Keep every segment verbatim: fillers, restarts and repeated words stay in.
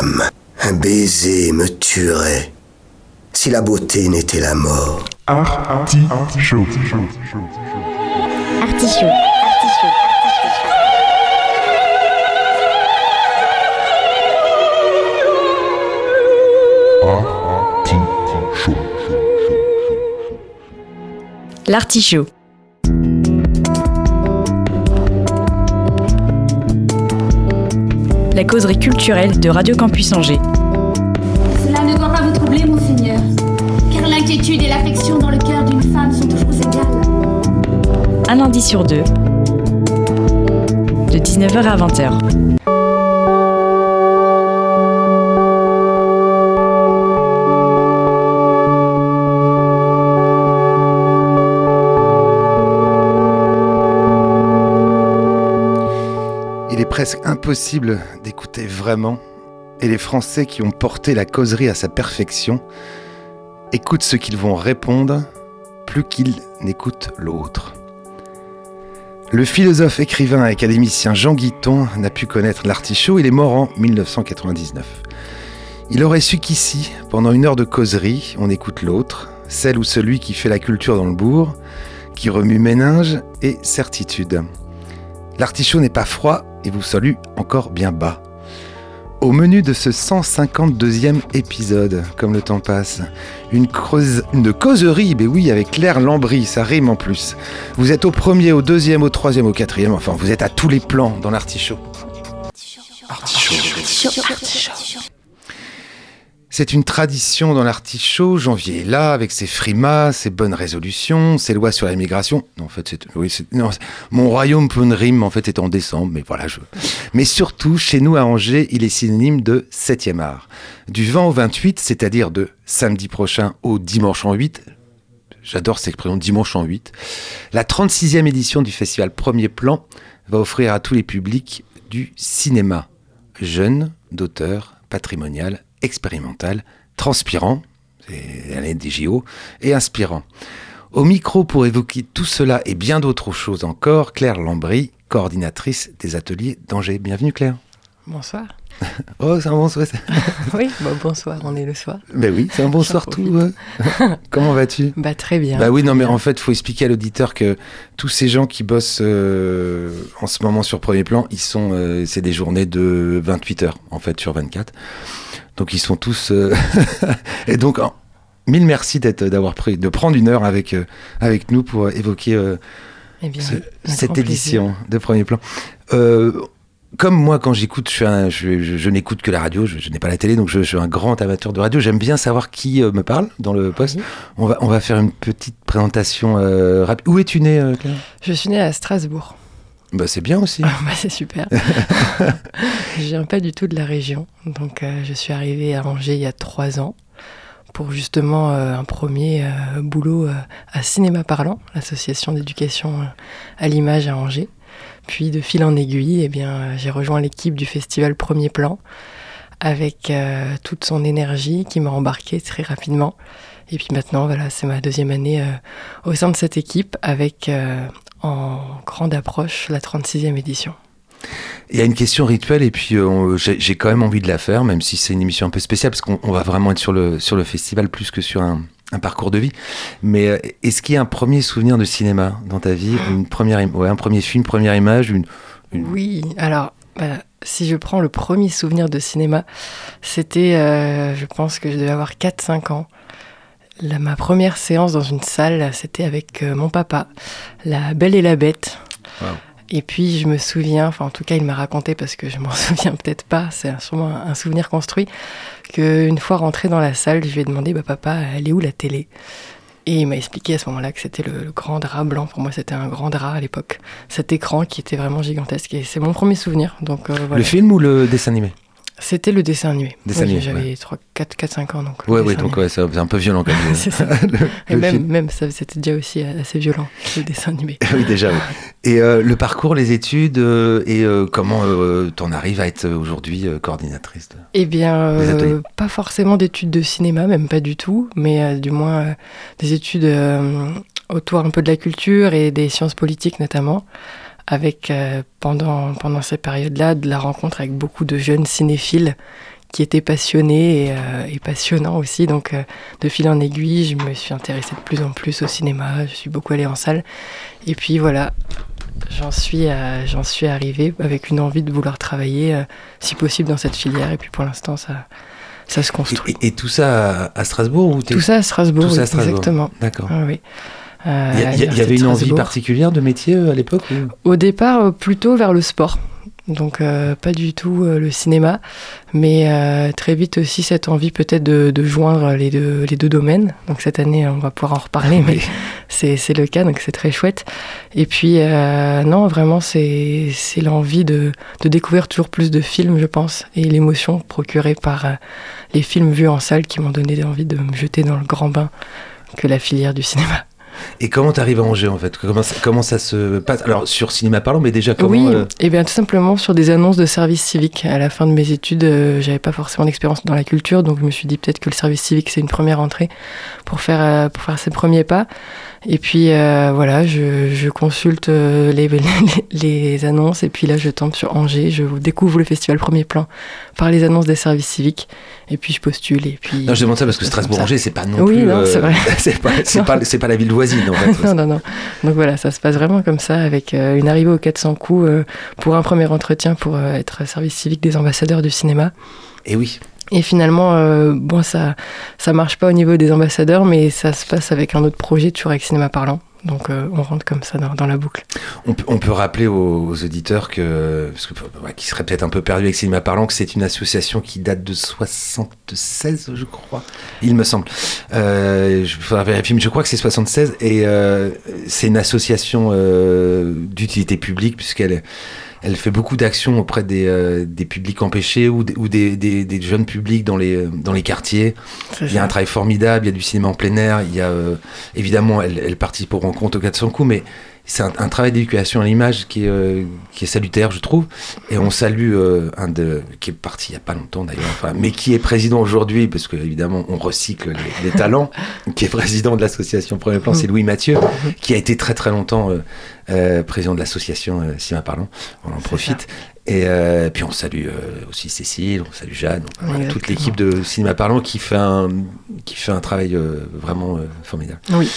femme, un baiser me tuerait. Si la beauté n'était la mort. Artichaut. Artichaut. L'artichaut. La causerie culturelle de Radio Campus Angers. Cela ne doit pas vous troubler, monseigneur, car l'inquiétude et l'affection dans le cœur d'une femme sont toujours égales. Un lundi sur deux, de dix-neuf heures à vingt heures. Il est presque impossible d'écouter vraiment, et les Français qui ont porté la causerie à sa perfection écoutent ce qu'ils vont répondre plus qu'ils n'écoutent l'autre. Le philosophe, écrivain et académicien Jean Guiton n'a pu connaître l'artichaut, il est mort en dix-neuf cent quatre-vingt-dix-neuf. Il aurait su qu'ici, pendant une heure de causerie, on écoute l'autre, celle ou celui qui fait la culture dans le bourg, qui remue méninge et certitude. L'artichaut n'est pas froid et vous salue encore bien bas. Au menu de ce cent cinquante-deuxième épisode, comme le temps passe, une, creuse, une causerie, ben oui, avec Claire Lambry, ça rime en plus. Vous êtes au premier, au deuxième, au troisième, au quatrième, enfin vous êtes à tous les plans dans l'artichaut. Artichaut. Artichaut. Artichaut. C'est une tradition dans l'artichaut. Janvier est là, avec ses frimas, ses bonnes résolutions, ses lois sur l'immigration. Non, en fait, c'est, oui, c'est, non, c'est, mon royaume pour une rime, en fait, est en décembre, mais voilà. Je... Mais surtout, chez nous à Angers, il est synonyme de septième art. Du vingt au vingt-huit, c'est-à-dire de samedi prochain au dimanche en huit. J'adore cette expression, dimanche en huit. La trente-sixième édition du festival Premier Plan va offrir à tous les publics du cinéma, jeune, d'auteur, patrimonial, expérimental, transpirant, c'est l'année des J O, et inspirant. Au micro pour évoquer tout cela et bien d'autres choses encore, Claire Lambry, coordinatrice des ateliers d'Angers. Bienvenue Claire. Bonsoir. Oh, c'est un bonsoir. Oui, bah bonsoir, on est le soir. Ben oui, c'est un bonsoir tout. Euh. Comment vas-tu ? Bah très bien. Bah oui, non mais en fait, il faut expliquer à l'auditeur que tous ces gens qui bossent euh, en ce moment sur Premier Plan, ils sont, euh, c'est des journées de vingt-huit heures en fait sur vingt-quatre. Donc ils sont tous euh... et donc oh, mille merci d'être, d'avoir pris, de prendre une heure avec euh, avec nous pour évoquer euh, eh bien, ce, cette édition plaisir. De Premier Plan. Euh, comme moi, quand j'écoute, je, suis un, je, je, je n'écoute que la radio, je, je n'ai pas la télé, donc je, je suis un grand amateur de radio. J'aime bien savoir qui euh, me parle dans le poste. Oui. On va on va faire une petite présentation euh, rapide. Où es-tu née, euh, Claire ? Je suis née à Strasbourg. Bah, c'est bien aussi. Ah, bah, c'est super. Je viens pas du tout de la région. Donc, euh, je suis arrivée à Angers il y a trois ans pour justement euh, un premier euh, boulot euh, à Cinéma Parlant, l'association d'éducation euh, à l'image à Angers. Puis, de fil en aiguille, eh bien, euh, j'ai rejoint l'équipe du festival Premier Plan avec euh, toute son énergie qui m'a embarquée très rapidement. Et puis maintenant, voilà, c'est ma deuxième année euh, au sein de cette équipe avec... Euh, en grande approche, la trente-sixième édition. Il y a une question rituelle et puis euh, j'ai, j'ai quand même envie de la faire, même si c'est une émission un peu spéciale, parce qu'on on va vraiment être sur le, sur le festival plus que sur un, un parcours de vie. Mais euh, est-ce qu'il y a un premier souvenir de cinéma dans ta vie ? Une première, ouais, un premier film, première image une, une... Oui, alors... Bah, si je prends le premier souvenir de cinéma, c'était, euh, je pense que je devais avoir quatre cinq ans. La, ma première séance dans une salle, c'était avec euh, mon papa, La Belle et la Bête. Wow. Et puis je me souviens, enfin en tout cas il m'a raconté, parce que je m'en souviens peut-être pas, c'est sûrement un, un souvenir construit, qu'une fois rentré dans la salle, je lui ai demandé bah, « Papa, elle est où la télé ?» Et il m'a expliqué à ce moment-là que c'était le, le grand drap blanc. Pour moi, c'était un grand drap à l'époque. Cet écran qui était vraiment gigantesque. Et c'est mon premier souvenir. Donc, euh, voilà. Le film ou le dessin animé ? C'était le dessin animé. Dessin animé, oui, j'avais ouais. trois, quatre, quatre, cinq ans. Donc ouais, oui, donc ouais, c'est un peu violent quand même. C'est ça. le, et le même, même ça, c'était déjà aussi assez violent, le dessin animé. Oui, déjà, oui. Et euh, le parcours, les études, euh, et euh, comment euh, t'en arrives à être aujourd'hui euh, coordinatrice de... Eh bien, euh, pas forcément d'études de cinéma, même pas du tout, mais euh, du moins euh, des études euh, autour un peu de la culture et des sciences politiques notamment. Avec, euh, pendant, pendant ces périodes-là, de la rencontre avec beaucoup de jeunes cinéphiles qui était passionné et, euh, et passionnant aussi. Donc, euh, de fil en aiguille, je me suis intéressée de plus en plus au cinéma. Je suis beaucoup allée en salle. Et puis voilà, j'en suis, à, j'en suis arrivée avec une envie de vouloir travailler, euh, si possible, dans cette filière. Et puis pour l'instant, ça, ça se construit. Et, et tout ça à, à Strasbourg ou Tout ça à Strasbourg, tout ça à oui, Strasbourg. Exactement. D'accord. Ah, oui. Euh, Il y, a, y, y avait une envie particulière de métier euh, à l'époque ou... Au départ, euh, plutôt vers le sport. Donc euh, pas du tout euh, le cinéma, mais euh, très vite aussi cette envie peut-être de, de joindre les deux, les deux domaines. Donc cette année, on va pouvoir en reparler, mais c'est, c'est le cas, donc c'est très chouette. Et puis euh, non, vraiment, c'est, c'est l'envie de, de découvrir toujours plus de films, je pense, et l'émotion procurée par euh, les films vus en salle qui m'ont donné envie de me jeter dans le grand bain que la filière du cinéma. Et comment t'arrives à Angers en fait ? Comment ça, comment ça se passe ? Alors sur Cinéma Parlant, mais déjà comment... Oui, euh... et bien tout simplement sur des annonces de service civique. À la fin de mes études, euh, j'avais pas forcément d'expérience dans la culture, donc je me suis dit peut-être que le service civique c'est une première entrée pour faire, euh, pour faire ses premiers pas. Et puis euh, voilà, je, je consulte euh, les, les, les annonces et puis là je tombe sur Angers, je découvre le festival Premier Plan par les annonces des services civiques et puis je postule et puis... Non, je demande ça parce que Strasbourg-Angers c'est pas non oui, plus... non, euh, c'est vrai. c'est, pas, c'est, pas, c'est pas la ville voisine en fait. non, non, non. Donc voilà, ça se passe vraiment comme ça avec euh, une arrivée aux quatre cents coups euh, pour un premier entretien pour euh, être service civique des ambassadeurs du cinéma. Et oui. Et finalement, euh, bon, ça ça marche pas au niveau des ambassadeurs, mais ça se passe avec un autre projet, toujours avec Cinéma Parlant. Donc euh, on rentre comme ça dans, dans la boucle. On peut, on peut rappeler aux, aux auditeurs que, parce que, ouais, qui seraient peut-être un peu perdus avec Cinéma Parlant, que c'est une association qui date de soixante-seize, je crois, il me semble. Euh, je faudra vérifier, mais je crois que c'est soixante-seize et euh, c'est une association euh, d'utilité publique puisqu'elle Elle fait beaucoup d'actions auprès des, euh, des publics empêchés ou, des, ou des, des, des jeunes publics dans les, dans les quartiers. C'est il y a ça. Un travail formidable, il y a du cinéma en plein air, il y a, euh, évidemment, elle, elle participe aux rencontres aux quatre cents coups, mais c'est un, un travail d'éducation à l'image qui est, euh, qui est salutaire, je trouve. Et on salue euh, un de, qui est parti il n'y a pas longtemps d'ailleurs, enfin, mais qui est président aujourd'hui, parce qu'évidemment, on recycle les, les talents, qui est président de l'association Premier Plan, c'est Louis Mathieu, qui a été très très longtemps euh, euh, président de l'association euh, Cinéma Parlant. On en c'est profite. Ça. Et euh, puis on salue euh, aussi Cécile, on salue Jeanne, on, voilà, toute l'équipe de Cinéma Parlant qui fait un, qui fait un travail euh, vraiment euh, formidable. Oui.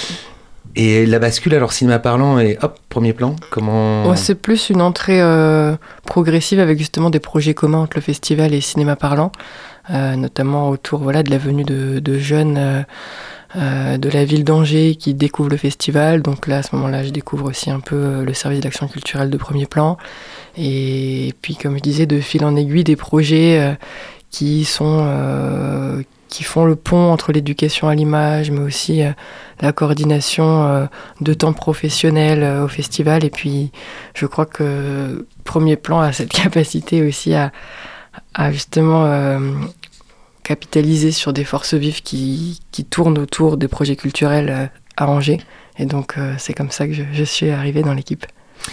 Et la bascule, alors Cinéma Parlant et hop, Premier Plan, comment... Ouais, c'est plus une entrée euh, progressive avec justement des projets communs entre le festival et Cinéma Parlant, euh, notamment autour voilà, de la venue de, de jeunes euh, euh, de la ville d'Angers qui découvrent le festival. Donc là, à ce moment-là, je découvre aussi un peu euh, le service d'action culturelle de Premier Plan. Et puis, comme je disais, de fil en aiguille, des projets euh, qui sont... Euh, qui font le pont entre l'éducation à l'image, mais aussi euh, la coordination euh, de temps professionnel euh, au festival. Et puis, je crois que Premier Plan a cette capacité aussi à, à justement euh, capitaliser sur des forces vives qui, qui tournent autour des projets culturels euh, à Angers. Et donc, euh, c'est comme ça que je, je suis arrivée dans l'équipe.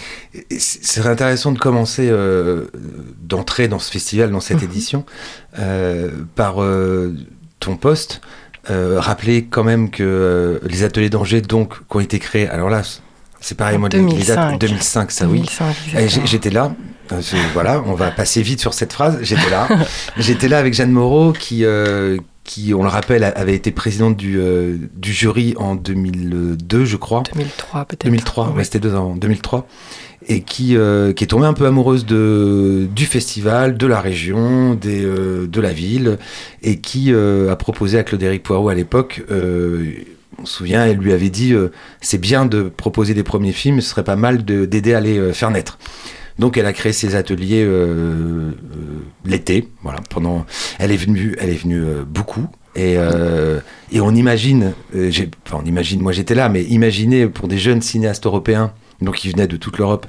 C'est intéressant de commencer, euh, d'entrer dans ce festival, dans cette mmh. édition, euh, par... Euh, ton poste, euh, rappeler quand même que euh, les ateliers d'Angers donc qui ont été créés, alors là c'est pareil, moi deux mille cinq. Les dates deux mille cinq, ça deux mille cinq, oui. Et j'étais là, euh, voilà, on va passer vite sur cette phrase. J'étais là, j'étais là avec Jeanne Moreau qui, euh, qui, on le rappelle, avait été présidente du euh, du jury en deux mille deux, je crois. deux mille trois peut-être. deux mille trois, oui. Ouais, c'était deux ans, deux mille trois. Et qui, euh, qui est tombée un peu amoureuse de, du festival, de la région, des, euh, de la ville, et qui euh, a proposé à Claude-Éric Poirot à l'époque, euh, on se souvient, elle lui avait dit euh, c'est bien de proposer des premiers films, ce serait pas mal de, d'aider à les euh, faire naître. Donc elle a créé ses ateliers euh, euh, l'été, voilà, pendant, elle est venue, elle est venue euh, beaucoup. Et, euh, et on imagine, euh, j'ai, enfin on imagine, moi j'étais là, mais imaginez pour des jeunes cinéastes européens, donc qui venaient de toute l'Europe,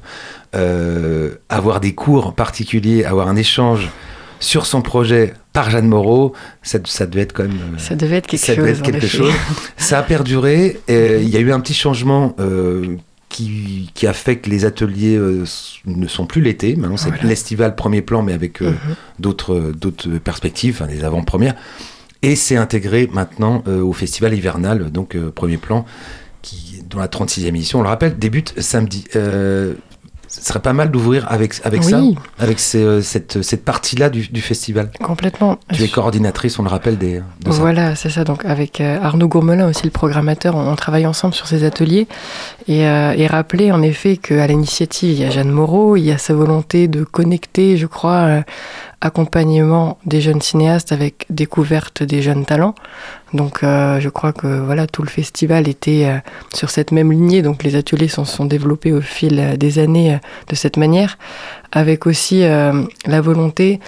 euh, avoir des cours particuliers, avoir un échange sur son projet par Jeanne Moreau, ça, ça devait être quand même... Euh, ça devait être quelque ça chose. Devait être quelque chose. Ça a perduré, et il y a eu un petit changement euh, qui, qui a fait que les ateliers euh, ne sont plus l'été, maintenant c'est voilà. L'estival Premier Plan, mais avec euh, mm-hmm. d'autres, d'autres perspectives, enfin, des avant-premières, et c'est intégré maintenant euh, au festival hivernal, donc euh, Premier Plan, qui, dont la trente-sixième édition, on le rappelle, débute samedi. Euh, Ce serait pas mal d'ouvrir avec, avec oui. ça, avec ces, cette, cette partie-là du, du festival. Complètement. Tu es coordinatrice, on le rappelle, des, de ça. Voilà, c'est ça. Donc avec euh, Arnaud Gourmelin aussi, le programmateur, on, on travaille ensemble sur ces ateliers et, euh, et rappeler en effet qu'à l'initiative, il y a Jeanne Moreau, il y a sa volonté de connecter, je crois, euh, accompagnement des jeunes cinéastes avec découverte des jeunes talents. Donc euh, je crois que voilà, tout le festival était euh, sur cette même lignée, donc les ateliers se sont, sont développés au fil euh, des années euh, de cette manière, avec aussi euh, la volonté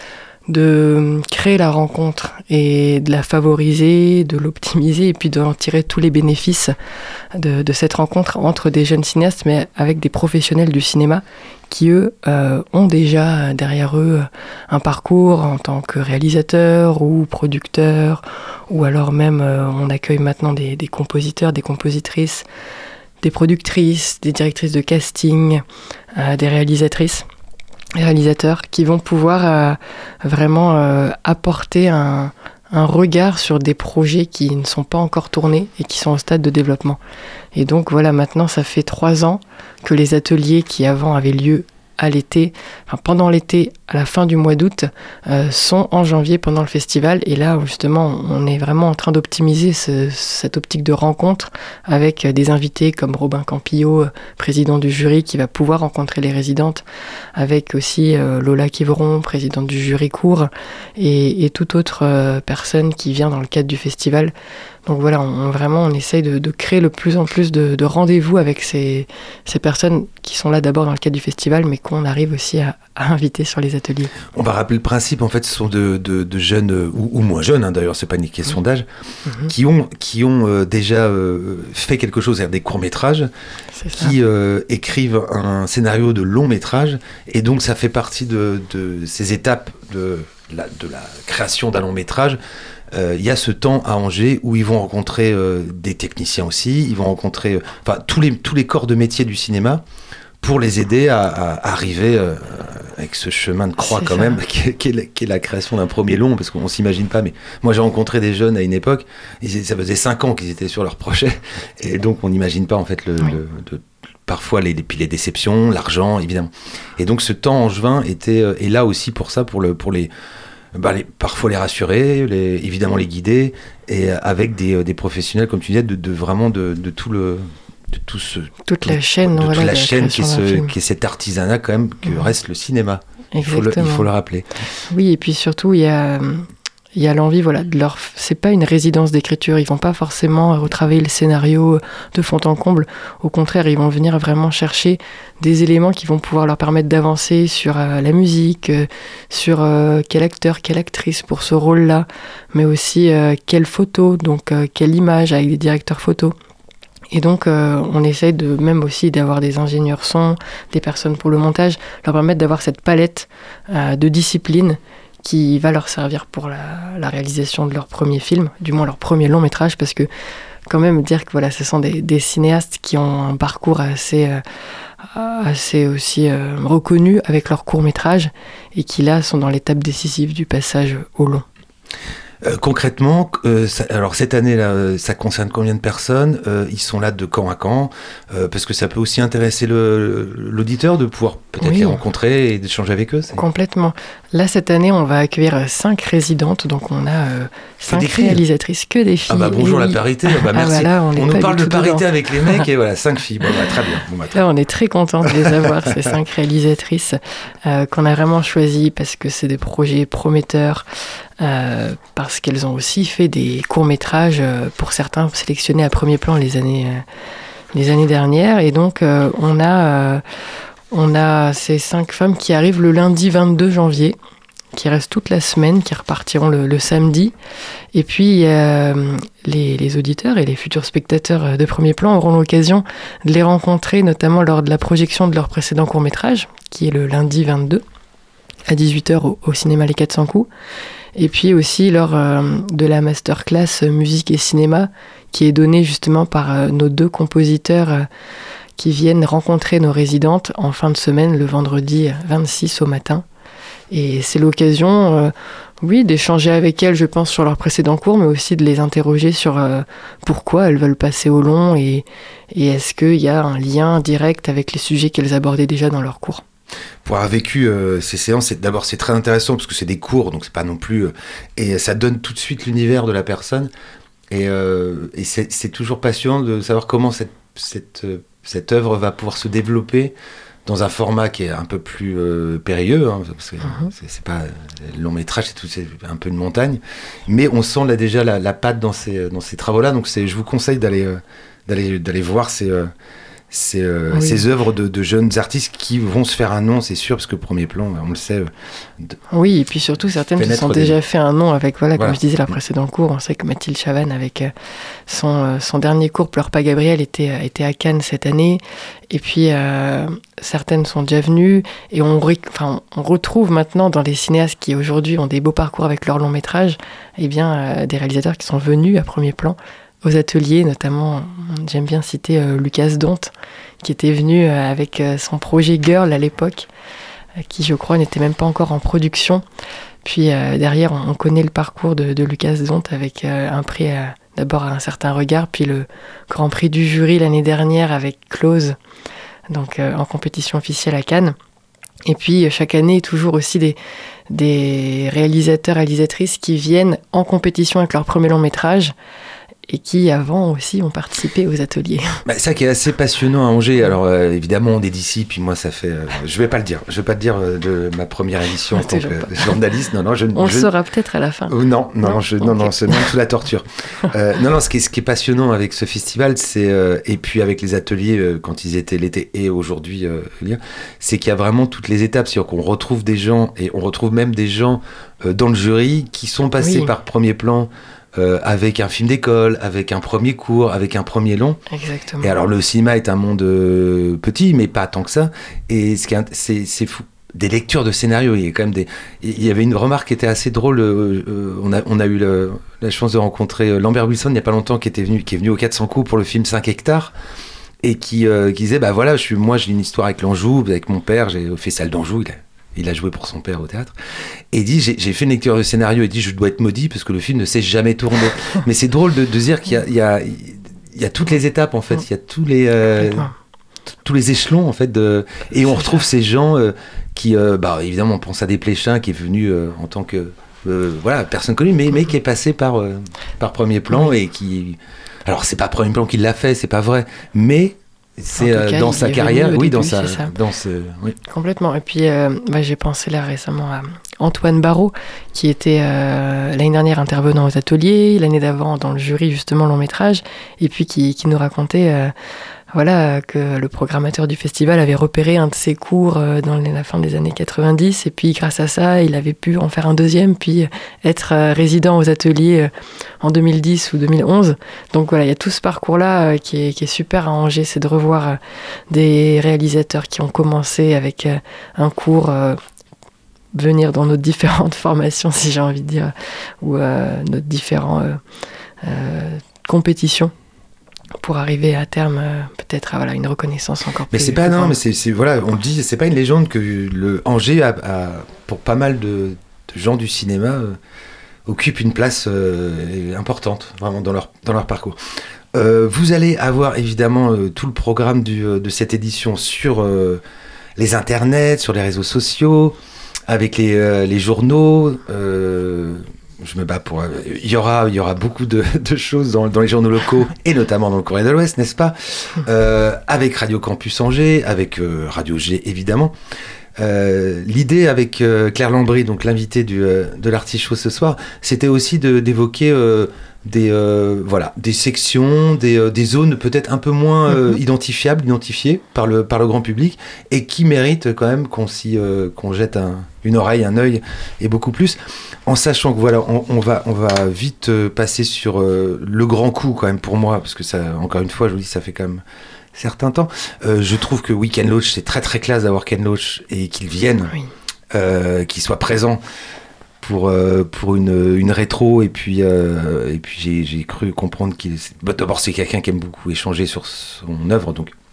de créer la rencontre et de la favoriser, de l'optimiser et puis d'en tirer tous les bénéfices de, de cette rencontre entre des jeunes cinéastes mais avec des professionnels du cinéma qui eux euh, ont déjà derrière eux un parcours en tant que réalisateur ou producteur ou alors même euh, on accueille maintenant des, des compositeurs, des compositrices, des productrices, des directrices de casting, euh, des réalisatrices. réalisateurs qui vont pouvoir euh, vraiment euh, apporter un, un regard sur des projets qui ne sont pas encore tournés et qui sont au stade de développement. Et donc voilà, maintenant ça fait trois ans que les ateliers qui avant avaient lieu à l'été, enfin pendant l'été, à la fin du mois d'août, euh, sont en janvier pendant le festival. Et là, justement, on est vraiment en train d'optimiser ce, cette optique de rencontre avec des invités comme Robin Campillo, président du jury, qui va pouvoir rencontrer les résidentes, avec aussi euh, Lola Quiveron, présidente du jury court, et, et toute autre euh, personne qui vient dans le cadre du festival. Donc voilà, on, vraiment, on essaye de, de créer le plus en plus de, de rendez-vous avec ces, ces personnes qui sont là d'abord dans le cadre du festival, mais qu'on arrive aussi à, à inviter sur les ateliers. On va rappeler le principe, en fait, ce sont de, de, de jeunes, ou, ou moins jeunes, hein, d'ailleurs, c'est pas une question d'âge, mmh. qui ont, qui ont euh, déjà euh, fait quelque chose, c'est-à-dire des courts-métrages, qui euh, écrivent un scénario de long-métrage, et donc ça fait partie de, de ces étapes de la, de la création d'un long-métrage. Il euh, y a ce temps à Angers où ils vont rencontrer euh, des techniciens aussi, ils vont rencontrer euh, enfin, tous, les, tous les corps de métier du cinéma pour les aider à, à arriver euh, avec ce chemin de croix c'est quand ça. même, qui est, qui, est la, qui est la création d'un premier long, parce qu'on ne s'imagine pas. Mais moi, j'ai rencontré des jeunes à une époque, ils, ça faisait cinq ans qu'ils étaient sur leur projet, et donc on n'imagine pas en fait le, oui. le, de, parfois les, puis les déceptions, l'argent, évidemment. Et donc ce temps angevin était, euh, est là aussi pour ça, pour, le, pour les... Bah, les, parfois les rassurer, les, évidemment les guider, et avec des, des professionnels, comme tu disais, de, de vraiment de, de tout le, de tout ce, toute tout, la chaîne, de voilà, toute la de chaîne la qui est, ce, qui est cet artisanat quand même que mmh. reste le cinéma. Il faut le, il faut le rappeler. Oui, et puis surtout il y a il y a l'envie, voilà, de leur. C'est pas une résidence d'écriture. Ils vont pas forcément retravailler le scénario de fond en comble. Au contraire, ils vont venir vraiment chercher des éléments qui vont pouvoir leur permettre d'avancer sur euh, la musique, euh, sur euh, quel acteur, quelle actrice pour ce rôle-là, mais aussi euh, quelle photo, donc euh, quelle image avec des directeurs photos. Et donc, euh, on essaye de même aussi d'avoir des ingénieurs son, des personnes pour le montage, leur permettre d'avoir cette palette euh, de disciplines qui va leur servir pour la, la réalisation de leur premier film, du moins leur premier long métrage, parce que quand même dire que voilà, ce sont des, des cinéastes qui ont un parcours assez, euh, assez aussi euh, reconnu avec leur court métrage et qui là sont dans l'étape décisive du passage au long. Euh, concrètement, euh, ça, alors cette année-là, ça concerne combien de personnes ? euh, Ils sont là de camp à camp, euh, parce que ça peut aussi intéresser le, l'auditeur de pouvoir peut-être oui. les rencontrer et d'échanger avec eux. C'est... Complètement. Là, cette année, on va accueillir cinq résidentes, donc on a euh, cinq réalisatrices, que des filles. Ah bah bonjour et... la parité, ah bah merci. Ah bah là, on on nous parle de parité dedans. avec les mecs et voilà, cinq filles. Bon bah très bien. Bon, bah, très là, on est très contents de les avoir, ces cinq réalisatrices, euh, qu'on a vraiment choisies parce que c'est des projets prometteurs. Euh, parce qu'elles ont aussi fait des courts-métrages, euh, pour certains sélectionnés à premier plan les années, euh, les années dernières. Et donc, euh, on, a, euh, on a ces cinq femmes qui arrivent le lundi vingt-deux janvier, qui restent toute la semaine, qui repartiront le, le samedi. Et puis, euh, les, les auditeurs et les futurs spectateurs de premier plan auront l'occasion de les rencontrer, notamment lors de la projection de leur précédent court-métrage, qui est le lundi vingt-deux, à dix-huit heures au, au cinéma Les quatre cents coups. Et puis aussi lors euh, de la masterclass musique et cinéma qui est donnée justement par euh, nos deux compositeurs euh, qui viennent rencontrer nos résidentes en fin de semaine, le vendredi vingt-six au matin. Et c'est l'occasion, euh, Oui, d'échanger avec elles, je pense, sur leurs précédents cours, mais aussi de les interroger sur euh, pourquoi elles veulent passer au long et, et est-ce qu'il y a un lien direct avec les sujets qu'elles abordaient déjà dans leurs cours. Pour avoir vécu euh, ces séances, c'est, d'abord c'est très intéressant parce que c'est des cours, donc c'est pas non plus... Euh, et ça donne tout de suite l'univers de la personne. Et, euh, et c'est, c'est toujours passionnant de savoir comment cette, cette, euh, cette œuvre va pouvoir se développer dans un format qui est un peu plus euh, périlleux, hein, parce que mm-hmm. c'est, c'est pas le long métrage, c'est, tout, c'est un peu une montagne, mais on sent là déjà la, la patte dans ces, dans ces travaux-là, donc c'est, je vous conseille d'aller, euh, d'aller, d'aller voir ces, euh, ces, euh, oui. ces œuvres de, de jeunes artistes qui vont se faire un nom, c'est sûr, parce que Premier Plan, on le sait. Euh, de... Oui, et puis surtout certaines se sont des... déjà fait un nom avec, voilà, voilà. comme je disais, la précédente cours. On sait que Mathilde Chavannes, avec euh, son, euh, son dernier cours, Pleure pas Gabriel, était, était à Cannes cette année. Et puis, euh, certaines sont déjà venues. Et on, ré... enfin, on retrouve maintenant dans les cinéastes qui, aujourd'hui, ont des beaux parcours avec leur long métrage, eh bien, euh, des réalisateurs qui sont venus à Premier Plan aux ateliers, notamment, j'aime bien citer euh, Lucas Dont, qui était venu euh, avec euh, son projet Girl à l'époque, euh, qui, je crois, n'était même pas encore en production. Puis euh, derrière, on, on connaît le parcours de, de Lucas Dont avec euh, un prix, euh, d'abord à Un certain regard, puis le Grand Prix du jury l'année dernière avec Close, donc euh, en compétition officielle à Cannes. Et puis, chaque année, toujours aussi des, des réalisateurs, réalisatrices qui viennent en compétition avec leur premier long métrage, et qui, avant aussi, ont participé aux ateliers. Bah, ça qui est assez passionnant à Angers. Alors, euh, évidemment, on est d'ici, puis moi, ça fait... Euh, je vais pas le dire. Je vais pas le dire euh, de ma première édition en tant que pas. journaliste. Non, non, je, on je... le saura peut-être à la fin. Euh, non, non, non, je, okay. non, non, c'est même sous la torture. euh, non, non, ce qui, est, ce qui est passionnant avec ce festival, c'est... Euh, et puis avec les ateliers, euh, quand ils étaient l'été et aujourd'hui, euh, c'est qu'il y a vraiment toutes les étapes. C'est-à-dire qu'on retrouve des gens, et on retrouve même des gens euh, dans le jury qui sont passés oui. par Premier Plan, Euh, avec un film d'école, avec un premier cours, avec un premier long. Exactement. Et alors le cinéma est un monde euh, petit, mais pas tant que ça. Et ce qui est, c'est, c'est fou. Des lectures de scénarios, il y a quand même des. Il y avait une remarque qui était assez drôle. Euh, euh, on a on a eu le, la chance de rencontrer Lambert Wilson il y a pas longtemps, qui était venu qui est venu au quatre cents coups pour le film cinq hectares. Et qui, euh, qui disait bah voilà, je suis moi j'ai une histoire avec l'Anjou, avec mon père, j'ai fait Salle d'Anjou. Il a, Il a joué pour son père au théâtre. Et il dit, j'ai, j'ai fait une lecture de scénario. Il dit, je dois être maudit parce que le film ne s'est jamais tourné. Mais c'est drôle de, de dire qu'il y a, il y a, il y a toutes les étapes, en fait. Il y a tous les, euh, t- tous les échelons, en fait. De... Et on retrouve ces gens euh, qui, euh, bah, évidemment, on pense à Desplechin, qui est venu euh, en tant que, euh, voilà, personne connue, mais, mais qui est passé par, euh, par Premier Plan et qui... Alors, c'est pas Premier Plan qui l'a fait, c'est pas vrai, mais... C'est euh, cas, dans sa carrière, oui, début, dans sa, dans ce, oui. Complètement. Et puis, euh, bah, j'ai pensé là récemment à Antoine Barraud, qui était euh, l'année dernière intervenant aux ateliers, l'année d'avant dans le jury justement long métrage, et puis qui, qui nous racontait, euh, voilà, que le programmateur du festival avait repéré un de ses cours euh, dans la fin des années quatre-vingt-dix, et puis grâce à ça, il avait pu en faire un deuxième, puis être euh, résident aux ateliers euh, en deux mille dix ou deux mille onze. Donc voilà, il y a tout ce parcours-là euh, qui, est, qui est super à Angers, c'est de revoir euh, des réalisateurs qui ont commencé avec euh, un cours, euh, venir dans nos différentes formations, si j'ai envie de dire, ou euh, nos différentes euh, euh, compétitions, pour arriver à terme euh, peut-être à voilà, une reconnaissance encore mais plus... c'est pas, non, mais c'est, c'est, voilà, on le dit, c'est pas une légende que le Angers, a, a, pour pas mal de, de gens du cinéma, euh, occupe une place euh, importante, vraiment, dans leur, dans leur parcours. Euh, vous allez avoir, évidemment, euh, tout le programme du, euh, de cette édition sur euh, les internets, sur les réseaux sociaux, avec les, euh, les journaux... Euh, Je me bats pour. Il y aura, il y aura beaucoup de, de choses dans, dans les journaux locaux et notamment dans le Courrier de l'Ouest, n'est-ce pas ? euh, Avec Radio Campus Angers, avec euh, Radio G évidemment. Euh, l'idée avec euh, Claire Lambry, donc l'invitée du, euh, de l'Artichaut ce soir, c'était aussi de, d'évoquer euh, des, euh, voilà, des sections, des, euh, des zones peut-être un peu moins euh, mm-hmm. identifiables, identifiées par le, par le grand public et qui méritent quand même qu'on, s'y, euh, qu'on jette un, une oreille, un œil et beaucoup plus. En sachant que voilà, on, on, va, on va vite euh, passer sur euh, le grand coup quand même pour moi, parce que ça, encore une fois, je vous dis, ça fait quand même certain temps. Euh, je trouve que oui, Ken Loach, c'est très très classe d'avoir Ken Loach et qu'il vienne, oui. euh, qu'il soit présent pour, euh, pour une, une rétro. Et puis, euh, et puis j'ai, j'ai cru comprendre qu'il... D'abord, c'est quelqu'un qui aime beaucoup échanger sur son œuvre, donc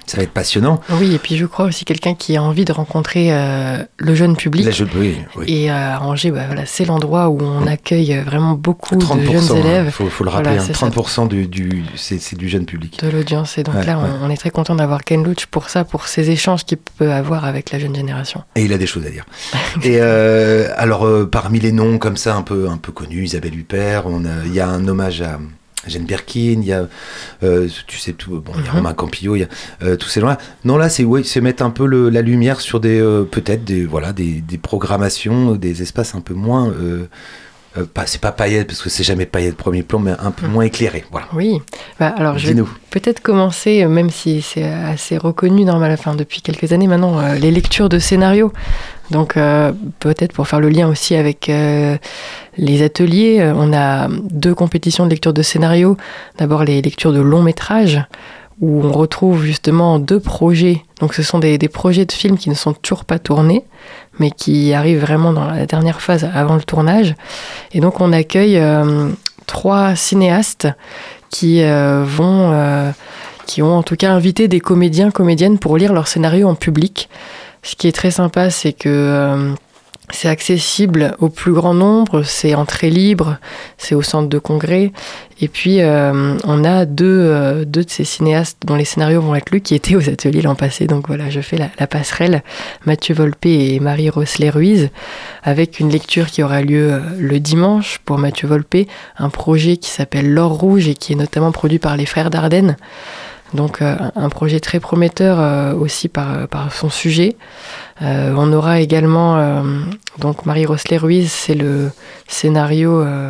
Ça va être passionnant. Oui, et puis je crois aussi quelqu'un qui a envie de rencontrer euh, le jeune public. La jeune, oui, oui. Et euh, à Angers, bah, voilà, c'est l'endroit où on accueille vraiment beaucoup trente pour cent, de jeunes élèves. Il faut, faut le rappeler, Voilà, hein, trente pour cent du, du, c'est, c'est du jeune public. De l'audience. Et donc Ouais, là, ouais. on, on est très content d'avoir Ken Loach pour ça, pour ces échanges qu'il peut avoir avec la jeune génération. Et il a des choses à dire. Et euh, alors, euh, parmi les noms comme ça, un peu, un peu connus, Isabelle Huppert, on a- il y a un hommage à Jane Birkin, il y a, euh, tu sais tout, bon, il y a Mhm. Romain Campillo, il y a euh, tous ces gens-là. Non, là, c'est, ouais, c'est mettre un peu le, la lumière sur des, euh, peut-être des, voilà, des, des programmations, des espaces un peu moins, euh, euh, pas, c'est pas paillettes, parce que c'est jamais paillettes premier plan, mais un peu Mhm. moins éclairé, voilà. Oui. Bah, alors, je vais Dis-nous. peut-être commencer, même si c'est assez reconnu normal, enfin, depuis quelques années maintenant, euh, les lectures de scénarios. Donc, euh, peut-être pour faire le lien aussi avec euh, les ateliers, euh, on a deux compétitions de lecture de scénarios. D'abord, les lectures de longs métrages, où on retrouve justement deux projets. Donc, ce sont des, des projets de films qui ne sont toujours pas tournés, mais qui arrivent vraiment dans la dernière phase avant le tournage. Et donc, on accueille euh, trois cinéastes qui euh, vont, euh, qui ont en tout cas invité des comédiens, comédiennes pour lire leur scénario en public. Ce qui est très sympa, c'est que euh, c'est accessible au plus grand nombre, c'est entrée libre, c'est au centre de congrès. Et puis, euh, on a deux, euh, deux de ces cinéastes dont les scénarios vont être lus qui étaient aux ateliers l'an passé. Donc voilà, je fais la, la passerelle, Mathieu Volpe et Marie Rossler-Ruiz, avec une lecture qui aura lieu euh, le dimanche pour Mathieu Volpe, un projet qui s'appelle L'Or Rouge et qui est notamment produit par les Frères Dardenne. Donc euh, un projet très prometteur euh, aussi par, par son sujet. Euh, on aura également, euh, donc Marie Rossler-Ruiz, c'est le scénario, euh,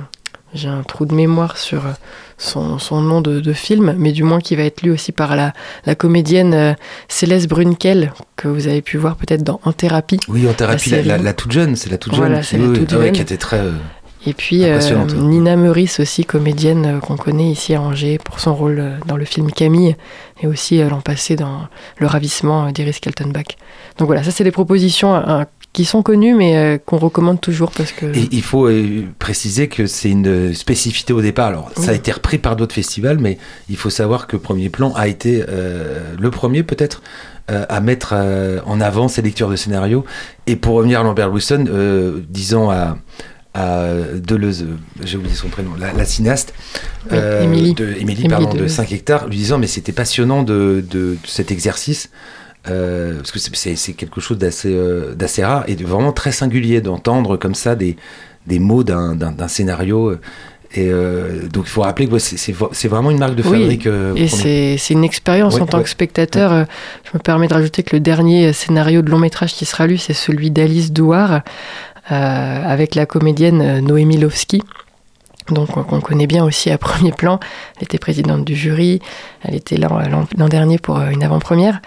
j'ai un trou de mémoire sur son, son nom de, de film, mais du moins qui va être lu aussi par la, la comédienne euh, Céleste Brunkel, que vous avez pu voir peut-être dans En Thérapie. Oui, en thérapie, La la, la, série. la toute jeune, c'est la toute jeune. Voilà, qui, c'est la oui, toute ah ouais, jeune. qui était très... euh, Et puis euh, Impressionnante, ouais. Nina Meurice aussi, comédienne euh, qu'on connaît ici à Angers pour son rôle euh, dans le film Camille et aussi euh, l'an passé dans Le Ravissement euh, d'Iris Kaltenbach. Donc voilà, ça c'est des propositions euh, qui sont connues mais euh, qu'on recommande toujours parce que... Et il faut euh, préciser que c'est une spécificité au départ. Alors, Oui. ça a été repris par d'autres festivals, mais il faut savoir que Premier Plan a été euh, le premier peut-être euh, à mettre euh, en avant ces lectures de scénarios. Et pour revenir à Lambert Wilson, euh, disant à... à Deleuze, euh, j'ai oublié son prénom, la, la cinéaste, Oui, Émilie. de, Émilie, Émilie pardon, de Deleuze. cinq hectares, lui disant mais c'était passionnant de, de, de cet exercice, euh, parce que c'est, c'est, c'est quelque chose d'assez, euh, d'assez rare et de vraiment très singulier d'entendre comme ça des, des mots d'un, d'un, d'un scénario. Et euh, donc il faut rappeler que ouais, c'est, c'est, c'est vraiment une marque de Oui, fabrique. euh, Et pour nous. c'est, c'est une expérience Oui, en tant oui. que spectateur. Euh, Je me permets de rajouter que le dernier scénario de long métrage qui sera lu, c'est celui d'Alice Douard, euh, avec la comédienne euh, Noémie Lovski, donc qu'on connaît bien aussi à Premier Plan. Elle était présidente du jury, elle était là l'an, l'an dernier pour euh, une avant-première.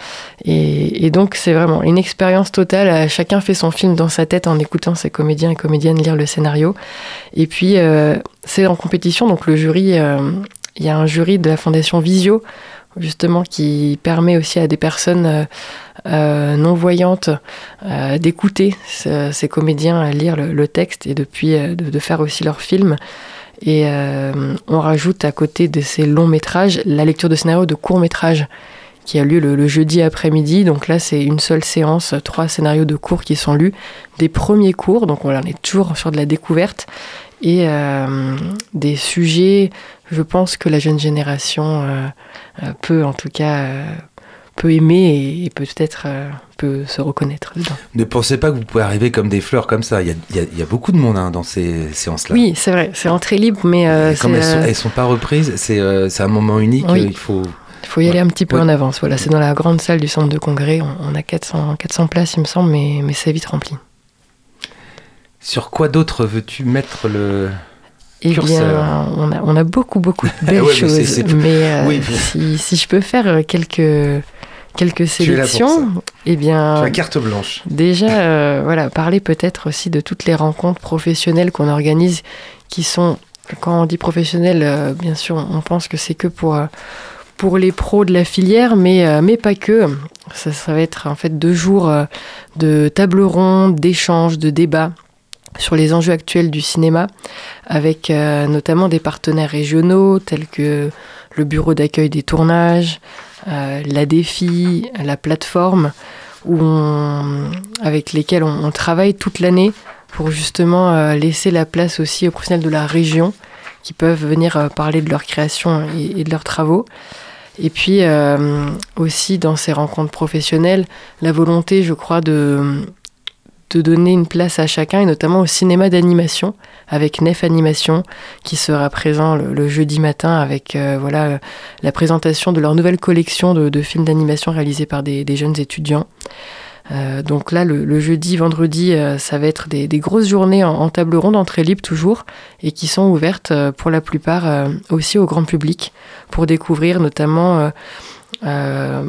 Et, et donc c'est vraiment une expérience totale. Euh, Chacun fait son film dans sa tête en écoutant ses comédiens et comédiennes lire le scénario. Et puis euh, c'est en compétition, donc le jury, euh, il y a un jury de la Fondation Visio, justement, qui permet aussi à des personnes euh, euh, non-voyantes euh, d'écouter ce- ces comédiens lire le, le texte et depuis euh, de, de faire aussi leur film. Et euh, on rajoute à côté de ces longs métrages la lecture de scénario de courts métrages qui a lieu le, le jeudi après-midi. Donc là, c'est une seule séance, trois scénarios de cours qui sont lus, des premiers cours, donc voilà, on est toujours sur de la découverte, et euh, des sujets, je pense que la jeune génération euh, euh, peut en tout cas euh, peut aimer et, et peut-être euh, peut se reconnaître dedans. Ne pensez pas que vous pouvez arriver comme des fleurs comme ça. Il y a, il y a, il y a beaucoup de monde hein, dans ces séances-là. Oui, c'est vrai, c'est entrée libre, mais euh, Et comme c'est, elles sont, euh, elles sont pas reprises, c'est, euh, c'est un moment unique. Oui. euh, Il faut. il faut y aller un petit peu Ouais. en avance. Voilà, c'est dans la grande salle du centre de congrès. On, on a quatre cents, quatre cents places, il me semble, mais, mais c'est vite rempli. Sur quoi d'autre veux-tu mettre le. Eh Curseur. bien, on a, on a beaucoup, beaucoup de belles Ouais, mais choses. c'est- c'est- Mais euh, Oui. si, si je peux faire quelques, quelques Tu es là pour sélections, eh bien, Tu as carte blanche. déjà, euh, voilà, parler peut-être aussi de toutes les rencontres professionnelles qu'on organise, qui sont, quand on dit professionnelles, euh, bien sûr, on pense que c'est que pour, euh, pour les pros de la filière, mais, euh, mais pas que. Ça, ça va être en fait deux jours euh, de table ronde, d'échanges, de débats sur les enjeux actuels du cinéma, avec euh, notamment des partenaires régionaux tels que le bureau d'accueil des tournages, euh, la défi, la plateforme où on, avec lesquelles on, on travaille toute l'année pour justement euh, laisser la place aussi aux professionnels de la région qui peuvent venir euh, parler de leur création et, et de leurs travaux. Et puis euh, aussi dans ces rencontres professionnelles, la volonté, je crois, de, de donner une place à chacun, et notamment au cinéma d'animation, avec Nef Animation, qui sera présent le, le jeudi matin avec euh, voilà, euh, la présentation de leur nouvelle collection de, de films d'animation réalisés par des, des jeunes étudiants. Euh, donc là, le, le jeudi, vendredi, euh, ça va être des, des grosses journées en, en table ronde, entrée libre toujours, et qui sont ouvertes euh, pour la plupart euh, aussi au grand public, pour découvrir notamment euh, euh,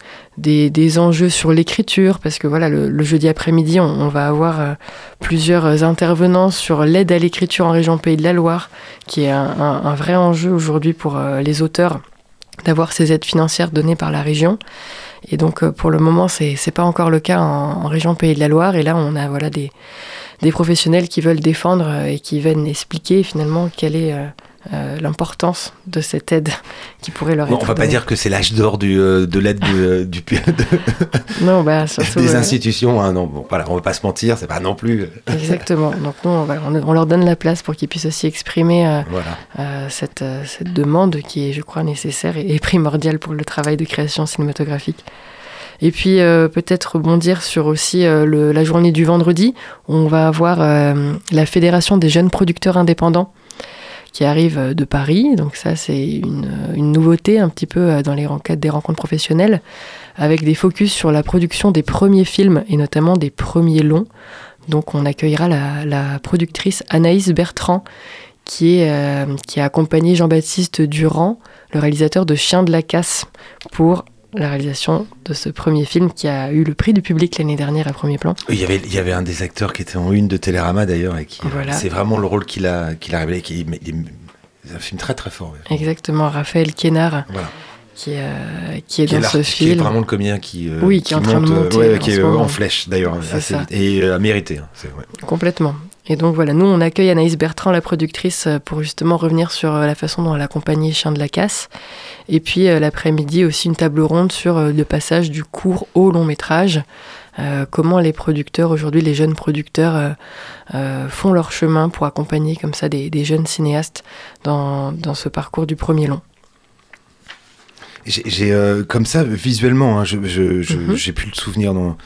des, des enjeux sur l'écriture, parce que voilà, le, le jeudi après-midi, on, on va avoir euh, plusieurs intervenants sur l'aide à l'écriture en région Pays de la Loire, qui est un, un, un vrai enjeu aujourd'hui pour euh, les auteurs, d'avoir ces aides financières données par la région. Et donc, euh, pour le moment, c'est c'est pas encore le cas en, en région Pays de la Loire. Et là, on a voilà, des, des professionnels qui veulent défendre euh, et qui viennent expliquer finalement quelle est euh, euh, l'importance de cette aide qui pourrait leur bon, être on va donnée. pas dire que c'est l'âge d'or du, euh, de l'aide du, du, de, non, bah, surtout, des euh, institutions. Hein, non, bon, voilà, on va pas se mentir, c'est pas non plus... Exactement. Donc nous, on, va, on, on leur donne la place pour qu'ils puissent aussi exprimer euh, voilà. euh, cette, euh, cette demande qui est, je crois, nécessaire et, et primordiale pour le travail de création cinématographique. Et puis euh, peut-être rebondir sur aussi euh, le, la journée du vendredi, où on va avoir euh, la Fédération des jeunes producteurs indépendants qui arrive de Paris. Donc ça, c'est une, une nouveauté un petit peu dans les cadres des rencontres professionnelles, avec des focus sur la production des premiers films et notamment des premiers longs. Donc on accueillera la, la productrice Anaïs Bertrand, qui, est, euh, qui a accompagné Jean-Baptiste Durand, le réalisateur de Chien de la Casse, pour la réalisation de ce premier film qui a eu le prix du public l'année dernière à Premier Plan. Il y avait, il y avait un des acteurs qui était en une de Télérama d'ailleurs, et qui, voilà. C'est vraiment le rôle qu'il a, qu'il a révélé. Qui, il, il, c'est un film très très fort. Ouais. Exactement, Raphaël Quénard, voilà. qui, euh, qui est qui dans est ce film. Qui est vraiment le comédien qui, euh, oui, qui, qui est en train monte, de monter. Euh, ouais, qui est en, en flèche d'ailleurs, assez vite, et euh, à mériter. Hein, c'est, ouais. Complètement. Et donc voilà, nous on accueille Anaïs Bertrand, la productrice, pour justement revenir sur la façon dont elle accompagnait Chien de la Casse. Et puis euh, l'après-midi aussi une table ronde sur euh, le passage du court au long métrage. Euh, comment les producteurs aujourd'hui, les jeunes producteurs euh, euh, font leur chemin pour accompagner comme ça des, des jeunes cinéastes dans, dans ce parcours du premier long. J'ai, j'ai euh, comme ça visuellement, hein, je, je, je, mm-hmm. j'ai plus le souvenir dans...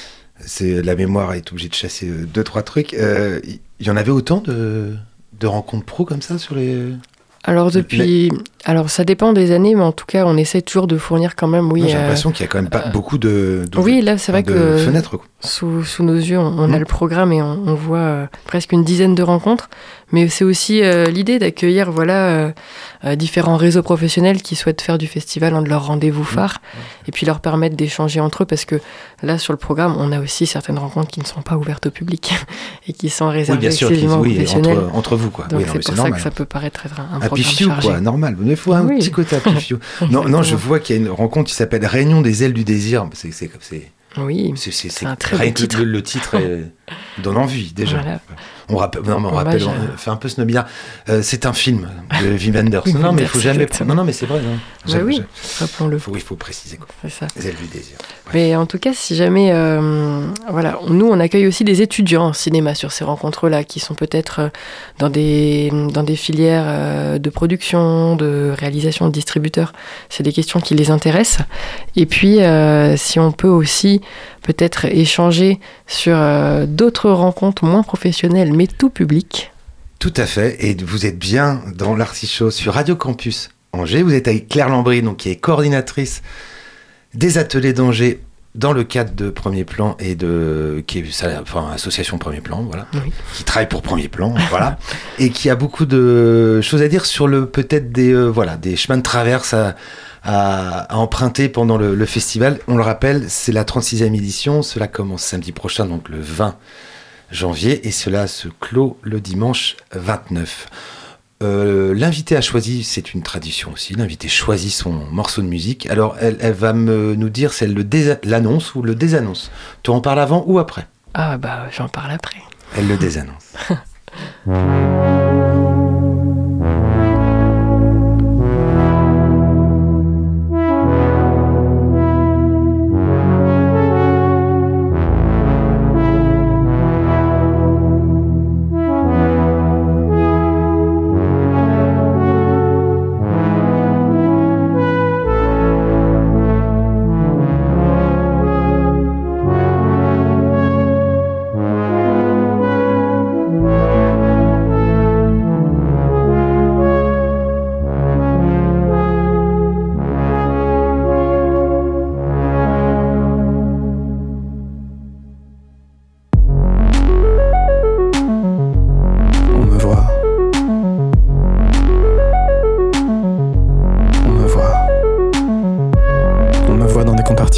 C'est la mémoire est obligée de chasser deux trois trucs. Il euh, y, y en avait autant de, de rencontres pro comme ça sur les. Alors depuis, les... alors ça dépend des années, mais en tout cas on essaie toujours de fournir quand même. Oui. Non, j'ai euh... l'impression qu'il y a quand même pas beaucoup de. de oui, là c'est vrai de que fenêtres. Quoi. Sous, sous nos yeux, on, on mmh. a le programme et on, on voit euh, presque une dizaine de rencontres. Mais c'est aussi euh, l'idée d'accueillir voilà, euh, euh, différents réseaux professionnels qui souhaitent faire du festival un de leurs rendez-vous phares mmh. et puis leur permettre d'échanger entre eux, parce que là, sur le programme, on a aussi certaines rencontres qui ne sont pas ouvertes au public et qui sont réservées oui, exclusivement aux oui, professionnels. Entre, entre vous, quoi. Donc oui, c'est non, pour c'est ça normal. que ça peut paraître être un, un à programme Pifiou, chargé. Quoi, normal. Il faut un oui. petit côté à Pifiou. non, non, je vois qu'il y a une rencontre qui s'appelle Réunion des ailes du désir. C'est, c'est, c'est... Oui, c'est, c'est, c'est c'est un très beau titre. Le, le titre est... donne envie, déjà. Voilà. On rappelle, non, mais on rappelle, on fait un peu snobinard. Euh, c'est un film de Wim Wenders. Wim non, mais il Wenders, faut jamais. exactement. Non, non, mais c'est vrai. Non. Bah oui, rappelons-le. Faut, il faut préciser quoi. C'est ça. Les ailes du désir. Ouais. Mais en tout cas, si jamais, euh, voilà, nous on accueille aussi des étudiants en cinéma sur ces rencontres-là, qui sont peut-être dans des dans des filières euh, de production, de réalisation, de distributeurs. C'est des questions qui les intéressent. Et puis, euh, si on peut aussi peut-être échanger sur euh, d'autres rencontres moins professionnelles, mais tout public. Tout à fait, et vous êtes bien dans l'Artichaut sur Radio Campus Angers. Vous êtes avec Claire Lambry, donc, qui est coordinatrice des ateliers d'Angers dans le cadre de Premier Plan et de qui est enfin association Premier Plan, voilà, oui. qui travaille pour Premier Plan, voilà, et qui a beaucoup de choses à dire sur le peut-être des euh, voilà des chemins de traverse à À, à emprunter pendant le, le festival. On le rappelle, c'est la trente-sixième édition. Cela commence samedi prochain, donc le vingt janvier, et cela se clôt le dimanche vingt-neuf. Euh, l'invité a choisi, c'est une tradition aussi, l'invité choisit son morceau de musique. Alors, elle, elle va me, nous dire si elle le désa- l'annonce ou le désannonce. Tu en parles avant ou après ? Ah bah, j'en parle après. Elle le désannonce.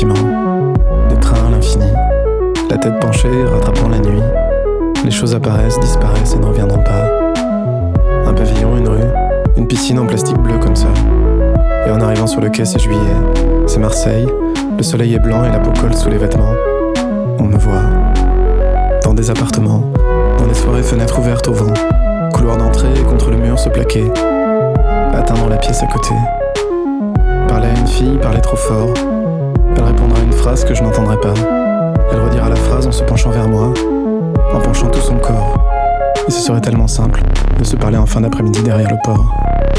bâtiments, des trains à l'infini, la tête penchée, rattrapant la nuit. Les choses apparaissent, disparaissent et ne reviendront pas. Un pavillon, une rue, une piscine en plastique bleu comme ça. Et en arrivant sur le quai, c'est juillet, c'est Marseille, le soleil est blanc et la peau colle sous les vêtements. On me voit. Dans des appartements, dans des soirées fenêtres ouvertes au vent, couloir d'entrée contre le mur se plaquer, atteindre la pièce à côté. Parler à une fille, parler trop fort. Elle répondra à une phrase que je n'entendrai pas. Elle redira la phrase en se penchant vers moi, en penchant tout son corps. Et ce serait tellement simple de se parler en fin d'après-midi derrière le port.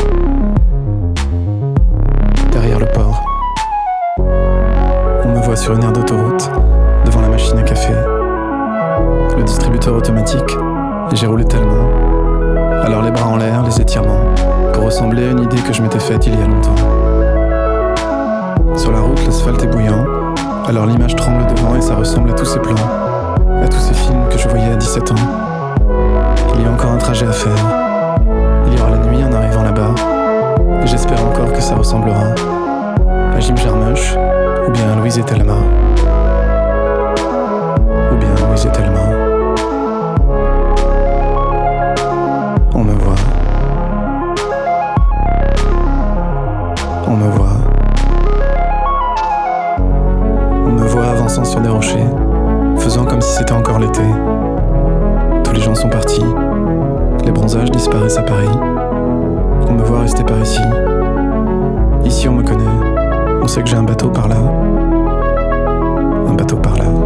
Derrière le port. On me voit sur une aire d'autoroute, devant la machine à café. Le distributeur automatique, et j'ai roulé tellement. Alors les bras en l'air, les étirements, pour ressembler à une idée que je m'étais faite il y a longtemps. Sur la route, l'asphalte est bouillant, alors l'image tremble devant et ça ressemble à tous ces plans, à tous ces films que je voyais à dix-sept ans. Il y a encore un trajet à faire. Il y aura la nuit en arrivant là-bas, et j'espère encore que ça ressemblera à Jim Jarmusch, ou bien à Louise et Thelma. Ou bien à Louise et Thelma. On me voit. On me voit. On me voit avançant sur des rochers, faisant comme si c'était encore l'été. Tous les gens sont partis, les bronzages disparaissent à Paris. On me voit rester par ici. Ici on me connaît, on sait que j'ai un bateau par là. Un bateau par là.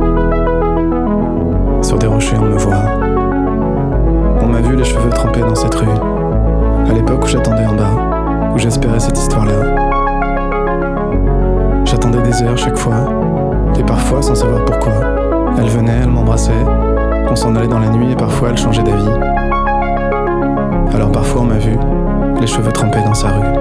Sur des rochers on me voit. On m'a vu les cheveux trempés dans cette rue, à l'époque où j'attendais en bas, où j'espérais cette histoire-là. J'attendais des heures chaque fois, et parfois sans savoir pourquoi. Elle venait, elle m'embrassait, on s'en allait dans la nuit et parfois elle changeait d'avis. Alors parfois on m'a vu, les cheveux trempés dans sa rue.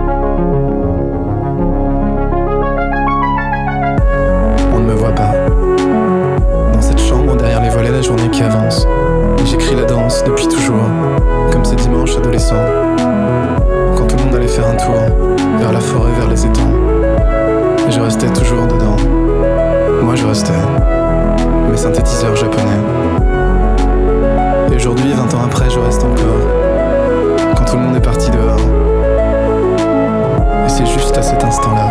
On ne me voit pas. Dans cette chambre, derrière les volets, la journée qui avance. Et j'écris la danse depuis toujours, comme ces dimanches adolescents. Quand tout le monde allait faire un tour, vers la forêt, vers les étangs. Et je restais toujours dedans. Moi je restais. Mes synthétiseurs japonais. Et aujourd'hui, vingt ans après, je reste encore. Quand tout le monde est parti dehors. Et c'est juste à cet instant-là.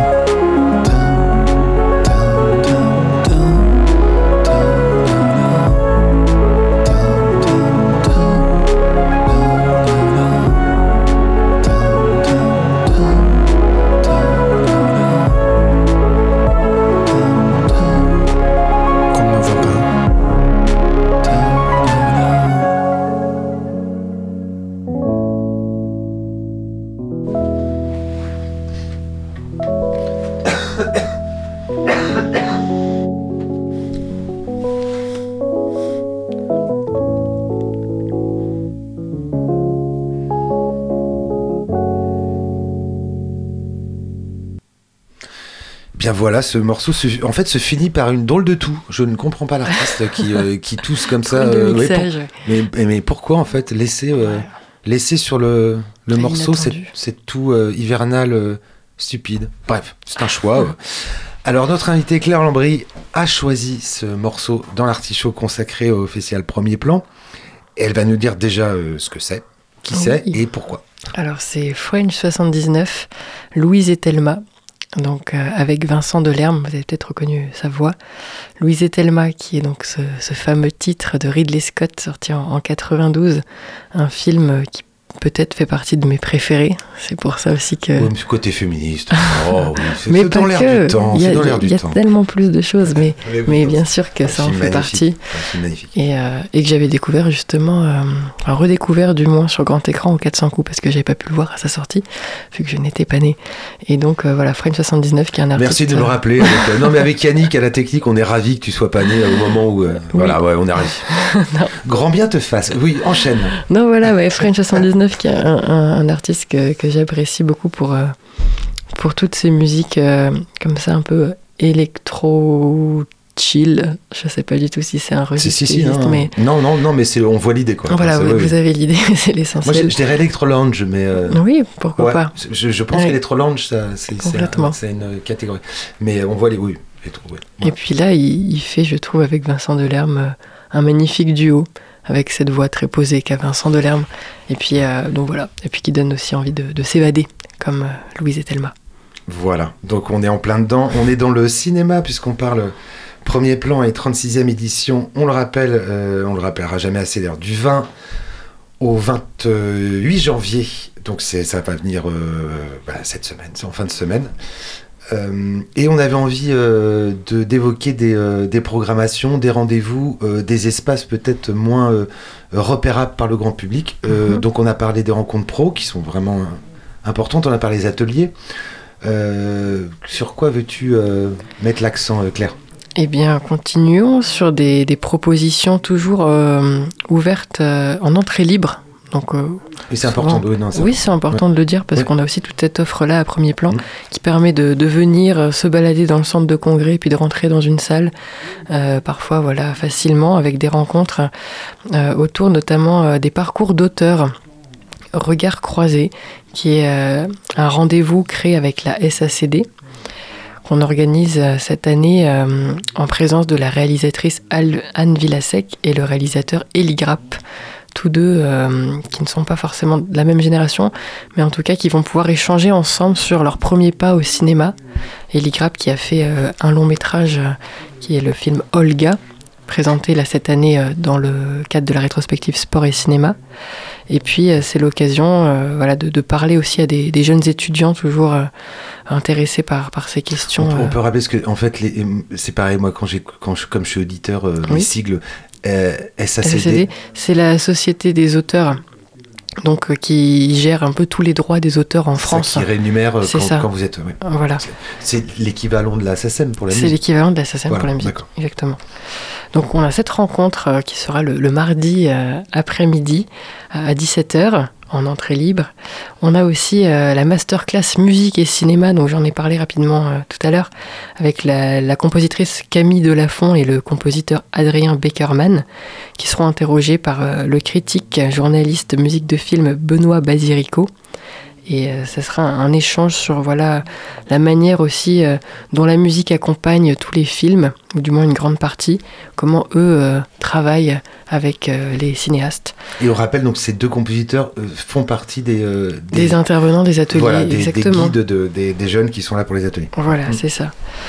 Bien voilà, ce morceau se, en fait se finit par une drôle de toux. Je ne comprends pas l'artiste qui, euh, qui tousse comme ça. Euh, ouais, mixage, pour, ouais. mais, mais pourquoi en fait laisser, euh, ouais. laisser sur le, le morceau cette, Inattendu. cette toux euh, hivernale euh, stupide. Bref, c'est un choix. euh. Alors notre invitée Claire Lambry a choisi ce morceau dans l'artichaut consacré au festival Premier Plan. Et elle va nous dire déjà euh, ce que c'est, qui Oui. c'est et pourquoi. Alors c'est French soixante-dix-neuf, Louise et Thelma. Donc euh, avec Vincent Delerme, vous avez peut-être reconnu sa voix. Louise et Thelma, qui est donc ce, ce fameux titre de Ridley Scott sorti en, en quatre-vingt-douze, un film qui peut-être fait partie de mes préférés. C'est pour ça aussi que... Oh, ce côté féministe. Oh, oui, c'est, mais c'est dans l'air que. du temps. Il y a, c'est dans il y a- l'air du il y a temps. tellement plus de choses, mais, Mais oui, mais non, bien c'est sûr que un ça en film fait magnifique. partie. Un film magnifique. Et, euh, et que j'avais découvert justement, euh, enfin redécouvert du moins sur grand écran au quatre cents coups, parce que j'avais pas pu le voir à sa sortie, vu que je n'étais pas née. Et donc euh, voilà, Frame soixante-dix-neuf qui est un artiste... Merci de me le rappeler. Avec, euh, non, mais avec Yannick à la technique, on est ravis que tu sois pas né euh, au moment où. euh, Voilà, ouais, on est ravis. Grand bien te fasse. Oui, enchaîne. Non, voilà, ouais, French soixante-dix-neuf, qui est un, un, un artiste que, que j'apprécie beaucoup pour, euh, pour toutes ces musiques euh, comme ça, un peu électro chill. Je sais pas du tout si c'est un registre si, si, qui si, existe, non, mais... non, non, non, mais c'est, on voit l'idée, quoi. Voilà, enfin, vous, oui, vous oui. avez l'idée, c'est l'essentiel. Moi, je, je dirais Electro Lounge, mais... Euh... Oui, pourquoi ouais, pas. Je, je pense Oui. qu'Electro Lounge, ça, c'est, c'est, un, c'est une catégorie. Mais on voit les... Oui, les trous, ouais. Et puis là, il, il fait, je trouve, avec Vincent Delerme, un magnifique duo, avec cette voix très posée qu'a Vincent Delerme. Et puis, euh, donc voilà. Et puis qui donne aussi envie de, de s'évader, comme euh, Louise et Thelma. Voilà, donc on est en plein dedans. On est dans le cinéma, puisqu'on parle premier plan et trente-sixième édition. On le rappelle, euh, on le rappellera jamais assez d'ailleurs, du vingt au vingt-huit janvier. Donc c'est, ça va venir euh, voilà, cette semaine, c'est en fin de semaine. Euh, et on avait envie euh, de, d'évoquer des, euh, des programmations, des rendez-vous, euh, des espaces peut-être moins euh, repérables par le grand public. Euh, mm-hmm. Donc on a parlé des rencontres pro qui sont vraiment importantes, on a parlé des ateliers. Euh, sur quoi veux-tu euh, mettre l'accent, euh, Claire ? Eh bien, continuons sur des, des propositions toujours euh, ouvertes euh, en entrée libre. Donc, euh, Et c'est souvent, important de, oui, non, c'est oui, c'est important ouais. de le dire parce ouais. qu'on a aussi toute cette offre-là à premier plan mmh. qui permet de, de venir euh, se balader dans le centre de congrès et puis de rentrer dans une salle, euh, parfois voilà, facilement, avec des rencontres euh, autour notamment euh, des parcours d'auteurs. Regard croisé, qui est euh, un rendez-vous créé avec la S A C D, qu'on organise euh, cette année euh, en présence de la réalisatrice Al- Anne Villasec et le réalisateur Elie Grapp, tous deux euh, qui ne sont pas forcément de la même génération, mais en tout cas qui vont pouvoir échanger ensemble sur leur premier pas au cinéma. Elie Grapp qui a fait euh, un long métrage euh, qui est le film Olga, présenté là, cette année euh, dans le cadre de la rétrospective sport et cinéma. Et puis euh, c'est l'occasion euh, voilà, de, de parler aussi à des, des jeunes étudiants toujours euh, intéressés par, par ces questions. On, euh. on peut rappeler, parce que en fait, les, c'est pareil, moi, quand j'ai, quand je, comme je suis auditeur, euh, Oui. les sigles euh, S A C D. S A C D, c'est la Société des auteurs, donc euh, qui gère un peu tous les droits des auteurs en France. Ça qui rémunère euh, C'est quand, ça. quand vous êtes... Ouais. Voilà. C'est, c'est l'équivalent de la S A C E M pour la C'est musique. l'équivalent de la S A C E M Voilà, pour la musique, d'accord. exactement. Donc on a cette rencontre euh, qui sera le, le mardi euh, après-midi euh, à dix-sept heures en entrée libre. On a aussi euh, la masterclass musique et cinéma, donc j'en ai parlé rapidement euh, tout à l'heure, avec la, la compositrice Camille Delafont et le compositeur Adrien Beckerman, qui seront interrogés par euh, le critique, journaliste musique de film Benoît Basirico. Et euh, ça sera un, un échange sur voilà, la manière aussi euh, dont la musique accompagne tous les films, ou du moins une grande partie, comment eux euh, travaillent avec euh, les cinéastes. Et on rappelle, donc, ces deux compositeurs euh, font partie des, euh, Des, des intervenants des ateliers, voilà, des, exactement. des guides de, des, des jeunes qui sont là pour les ateliers. Voilà, mmh. c'est ça.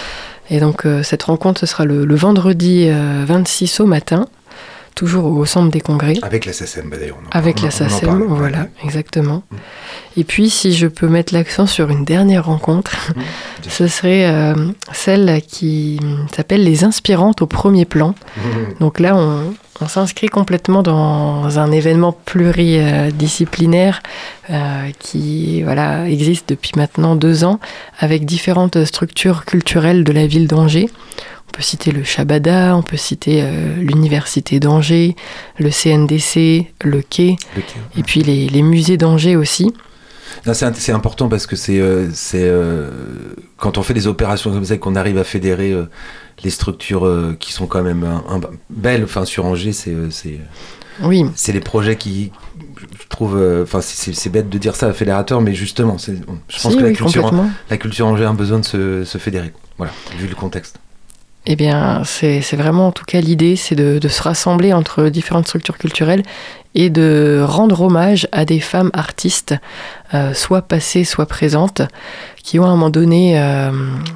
Et donc euh, cette rencontre, ce sera le, le vendredi euh, vingt-six au matin, toujours au centre des congrès. Avec la S A C E M, bah, d'ailleurs. On en Avec on la en- S A on en C E M, parle. voilà, Ouais. exactement. Mm. Et puis, si je peux mettre l'accent sur une dernière rencontre, Mm. ce serait euh, celle qui s'appelle Les Inspirantes au premier plan. Mmh. Donc là, on, on s'inscrit complètement dans un événement pluridisciplinaire euh, qui voilà, existe depuis maintenant deux ans, avec différentes structures culturelles de la ville d'Angers. On peut citer le Shabada, on peut citer euh, l'Université d'Angers, le C N D C, le Quai, Lequel et puis les, les musées d'Angers aussi. Non, c'est, c'est important parce que c'est, euh, c'est euh, quand on fait des opérations comme ça et qu'on arrive à fédérer euh, les structures euh, qui sont quand même un, un, belles, enfin sur Angers, c'est, euh, c'est, Oui, c'est les projets qui, je trouve, enfin euh, c'est, c'est bête de dire ça, fédérateur, mais justement, c'est, je pense si, que la oui, culture, complètement. la culture Angers a besoin de se, se fédérer, voilà, vu le contexte. Eh bien, c'est, c'est vraiment en tout cas l'idée, c'est de, de se rassembler entre différentes structures culturelles et de rendre hommage à des femmes artistes, euh, soit passées, soit présentes, qui ont à un moment donné euh,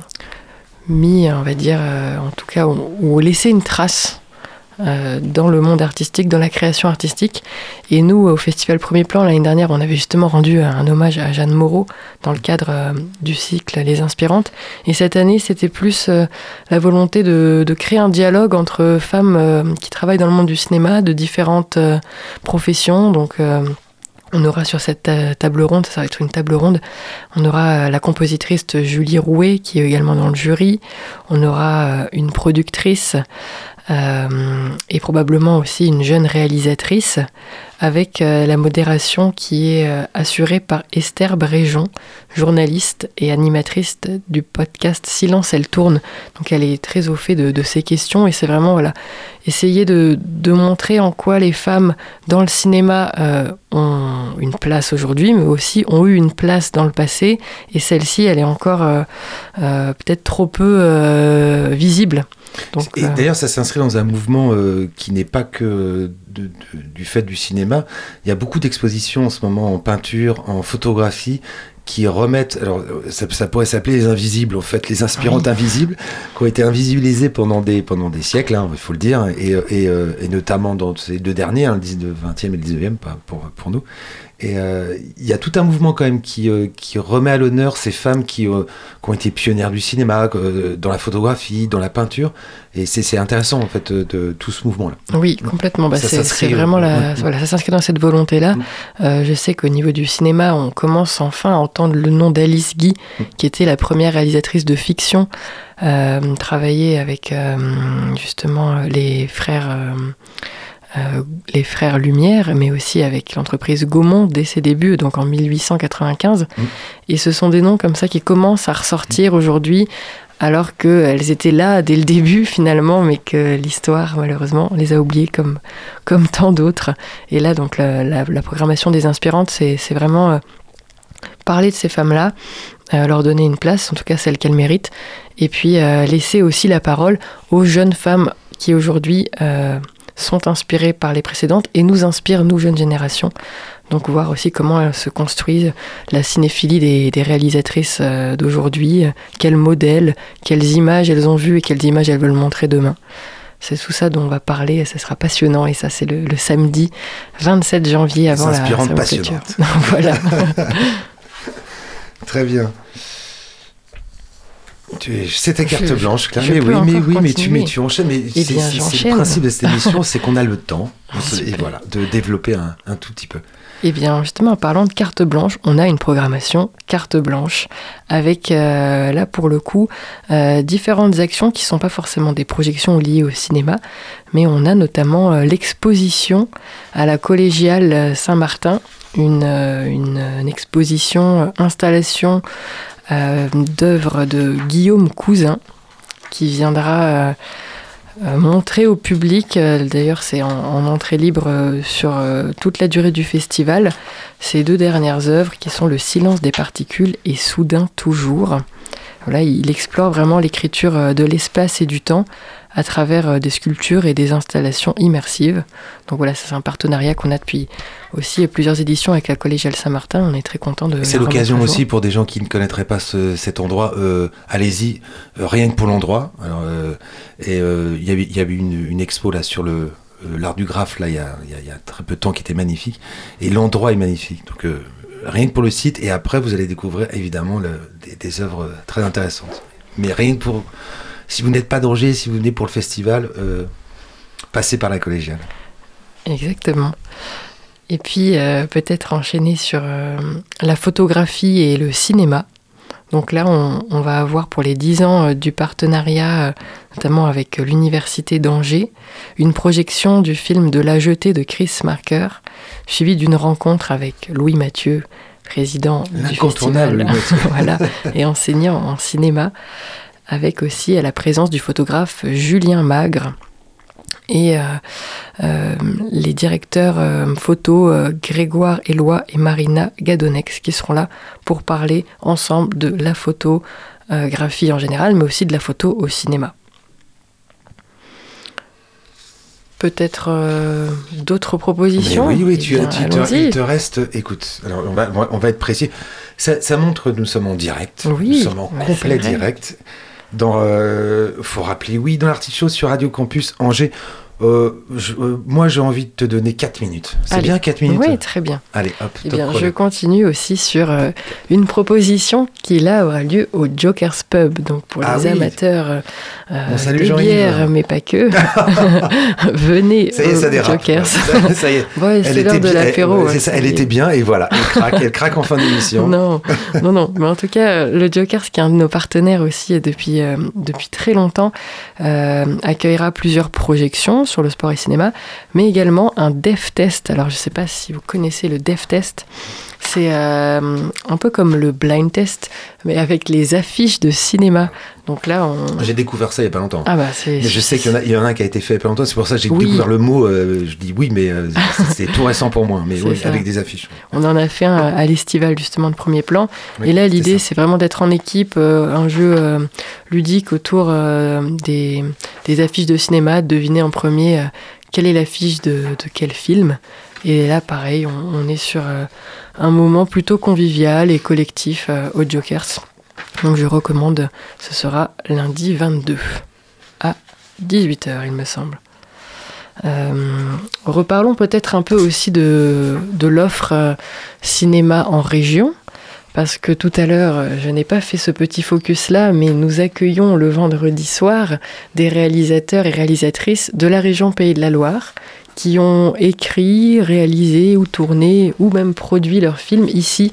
mis, on va dire, euh, en tout cas, ou, ou laissé une trace euh, dans le monde artistique, dans la création artistique. Et nous, au Festival Premier Plan, l'année dernière, on avait justement rendu un hommage à Jeanne Moreau dans le cadre euh, du cycle Les Inspirantes. Et cette année, c'était plus euh, la volonté de, de créer un dialogue entre femmes euh, qui travaillent dans le monde du cinéma, de différentes euh, professions. Donc, euh, on aura sur cette ta- table ronde, ça va être une table ronde, on aura euh, la compositrice Julie Rouet, qui est également dans le jury. On aura euh, une productrice, euh, et probablement aussi une jeune réalisatrice, avec euh, la modération qui est euh, assurée par Esther Bréjon, journaliste et animatrice du podcast Silence elle tourne. Donc elle est très au fait de, de ces questions, et c'est vraiment voilà, essayer de, de montrer en quoi les femmes dans le cinéma euh, ont une place aujourd'hui, mais aussi ont eu une place dans le passé, et celle-ci elle est encore euh, euh, peut-être trop peu euh, visible. Donc, et euh... d'ailleurs, ça s'inscrit dans un mouvement euh, qui n'est pas que de, de, du fait du cinéma. Il y a beaucoup d'expositions en ce moment en peinture, en photographie, qui remettent, alors ça, ça pourrait s'appeler les invisibles, en fait, les inspirantes oui. invisibles, qui ont été invisibilisées pendant des, pendant des siècles, hein, il faut le dire, et, et, et notamment dans ces deux derniers, hein, le vingtième et le dix-neuvième, pour, pour nous. Et il euh, y a tout un mouvement quand même qui, euh, qui remet à l'honneur ces femmes qui, euh, qui ont été pionnières du cinéma, euh, dans la photographie, dans la peinture. Et c'est, c'est intéressant en fait de, de tout ce mouvement-là. Oui, complètement. Bah, c'est, c'est vraiment la, ouais. voilà, ça s'inscrit dans cette volonté-là. Mmh. Euh, je sais qu'au niveau du cinéma, on commence enfin à entendre le nom d'Alice Guy, mmh. qui était la première réalisatrice de fiction, euh, travaillée avec euh, justement les frères. Euh, Euh, les frères Lumière, mais aussi avec l'entreprise Gaumont dès ses débuts, donc en dix-huit cent quatre-vingt-quinze. Mmh. Et ce sont des noms comme ça qui commencent à ressortir mmh. aujourd'hui, alors qu'elles étaient là dès le début finalement, mais que l'histoire, malheureusement, les a oubliées comme, comme tant d'autres. Et là, donc, la, la, la programmation des inspirantes, c'est, c'est vraiment euh, parler de ces femmes-là, euh, leur donner une place, en tout cas celle qu'elles méritent, et puis euh, laisser aussi la parole aux jeunes femmes qui aujourd'hui... Euh, sont inspirées par les précédentes et nous inspirent, nous, jeunes générations. Donc voir aussi comment se construisent la cinéphilie des, des réalisatrices euh, d'aujourd'hui, quels modèles, quelles images elles ont vues et quelles images elles veulent montrer demain. C'est tout ça dont on va parler et ça sera passionnant. Et ça, c'est le, le samedi vingt-sept janvier avant la inspirante passionnante. Voilà. Très bien. C'est ta carte je, blanche, Claire. Mais oui, mais oui, mais tu, mais tu enchaînes. Mais eh c'est, bien, c'est, c'est le principe de cette émission, c'est qu'on a le temps, et voilà, de développer un, un tout petit peu. Eh bien, justement, en parlant de carte blanche, on a une programmation carte blanche avec, euh, là, pour le coup, euh, différentes actions qui ne sont pas forcément des projections liées au cinéma, mais on a notamment euh, l'exposition à la collégiale Saint-Martin, une, euh, une, une exposition, euh, installation euh, d'œuvres de Guillaume Cousin, qui viendra... Euh, Euh, montrer au public, euh, d'ailleurs c'est en, en entrée libre euh, sur euh, toute la durée du festival, ces deux dernières œuvres qui sont Le silence des particules et Soudain toujours. Voilà, il explore vraiment l'écriture euh, de l'espace et du temps à travers euh, des sculptures et des installations immersives. Donc voilà, c'est un partenariat qu'on a depuis aussi plusieurs éditions avec la collégiale Saint-Martin. On est très content de... C'est l'occasion aussi pour des gens qui ne connaîtraient pas ce, cet endroit, euh, allez-y, euh, rien que pour l'endroit. Alors, euh, et il euh, y a eu, y a eu une, une expo là sur le, euh, l'art du graphe, là, il y a, y, a, y a très peu de temps, qui était magnifique. Et l'endroit est magnifique. Donc euh, rien que pour le site, et après vous allez découvrir évidemment le, des, des œuvres très intéressantes. Mais rien que pour... Si vous n'êtes pas d'Angers, si vous venez pour le festival, euh, passez par la collégiale. Exactement. Et puis euh, peut-être enchaîner sur euh, la photographie et le cinéma. Donc là, on, on va avoir pour les dix ans euh, du partenariat, euh, notamment avec euh, l'Université d'Angers, une projection du film De la jetée de Chris Marker, suivie d'une rencontre avec Louis Mathieu, président du festival, voilà, et enseignant en cinéma, avec aussi à la présence du photographe Julien Magre et euh, euh, les directeurs euh, photos euh, Grégoire Éloi et Marina Gadonex qui seront là pour parler ensemble de la photographie en général, mais aussi de la photo au cinéma. Peut-être euh, d'autres propositions. Mais oui, oui, tu, bien, tu, te, il te reste... Écoute, alors on va, on va être précis. Ça, ça montre que nous sommes en direct, oui, nous sommes en complet direct. Dans, euh, faut rappeler, oui, dans l'Artichaut sur Radio Campus Angers, Euh, je, euh, moi, j'ai envie de te donner quatre minutes. C'est Allez. bien quatre minutes? Oui, très bien. Allez, hop, Eh top bien, chrono. je continue aussi sur euh, une proposition qui, là, aura lieu au Joker's Pub. Donc, pour Ah les oui. amateurs euh, On salue de Jean-Yves. bière, mais pas que, venez Ça y est, au ça dérape. Joker's. Ça y est. Ouais, c'est l'heure de bien- l'apéro. elle- c'est hein, ça, ça elle y est. était bien et voilà, elle craque, elle craque en fin d'émission. Non, non, non. Mais en tout cas, le Joker's, qui est un de nos partenaires aussi depuis, euh, depuis très longtemps, euh, accueillera plusieurs projections sur le sport et cinéma, mais également un Deaf Test. Alors, je ne sais pas si vous connaissez le Deaf Test. C'est euh, un peu comme le blind test, mais avec les affiches de cinéma. Donc là, on... J'ai découvert ça il n'y a pas longtemps. Ah bah, c'est... Mais je sais qu'il y en a, il y en a un qui a été fait il n'y a pas longtemps, c'est pour ça que j'ai Oui. découvert le mot. euh, je dis oui, mais euh, c'est tout récent pour moi. Mais C'est oui, ça. avec des affiches. On en a fait un à l'Estival, justement, de premier plan. Oui, Et là, c'est l'idée, ça. c'est vraiment d'être en équipe, euh, un jeu euh, ludique autour euh, des, des affiches de cinéma, de deviner en premier euh, quelle est l'affiche de, de quel film. Et là, pareil, on, on est sur euh, un moment plutôt convivial et collectif euh, au Jokers. Donc je recommande, ce sera lundi vingt-deux à dix-huit heures, il me semble. Euh, reparlons peut-être un peu aussi de, de l'offre euh, cinéma en région, parce que tout à l'heure, euh, je n'ai pas fait ce petit focus-là, mais nous accueillons le vendredi soir des réalisateurs et réalisatrices de la région Pays de la Loire qui ont écrit, réalisé ou tourné ou même produit leurs films ici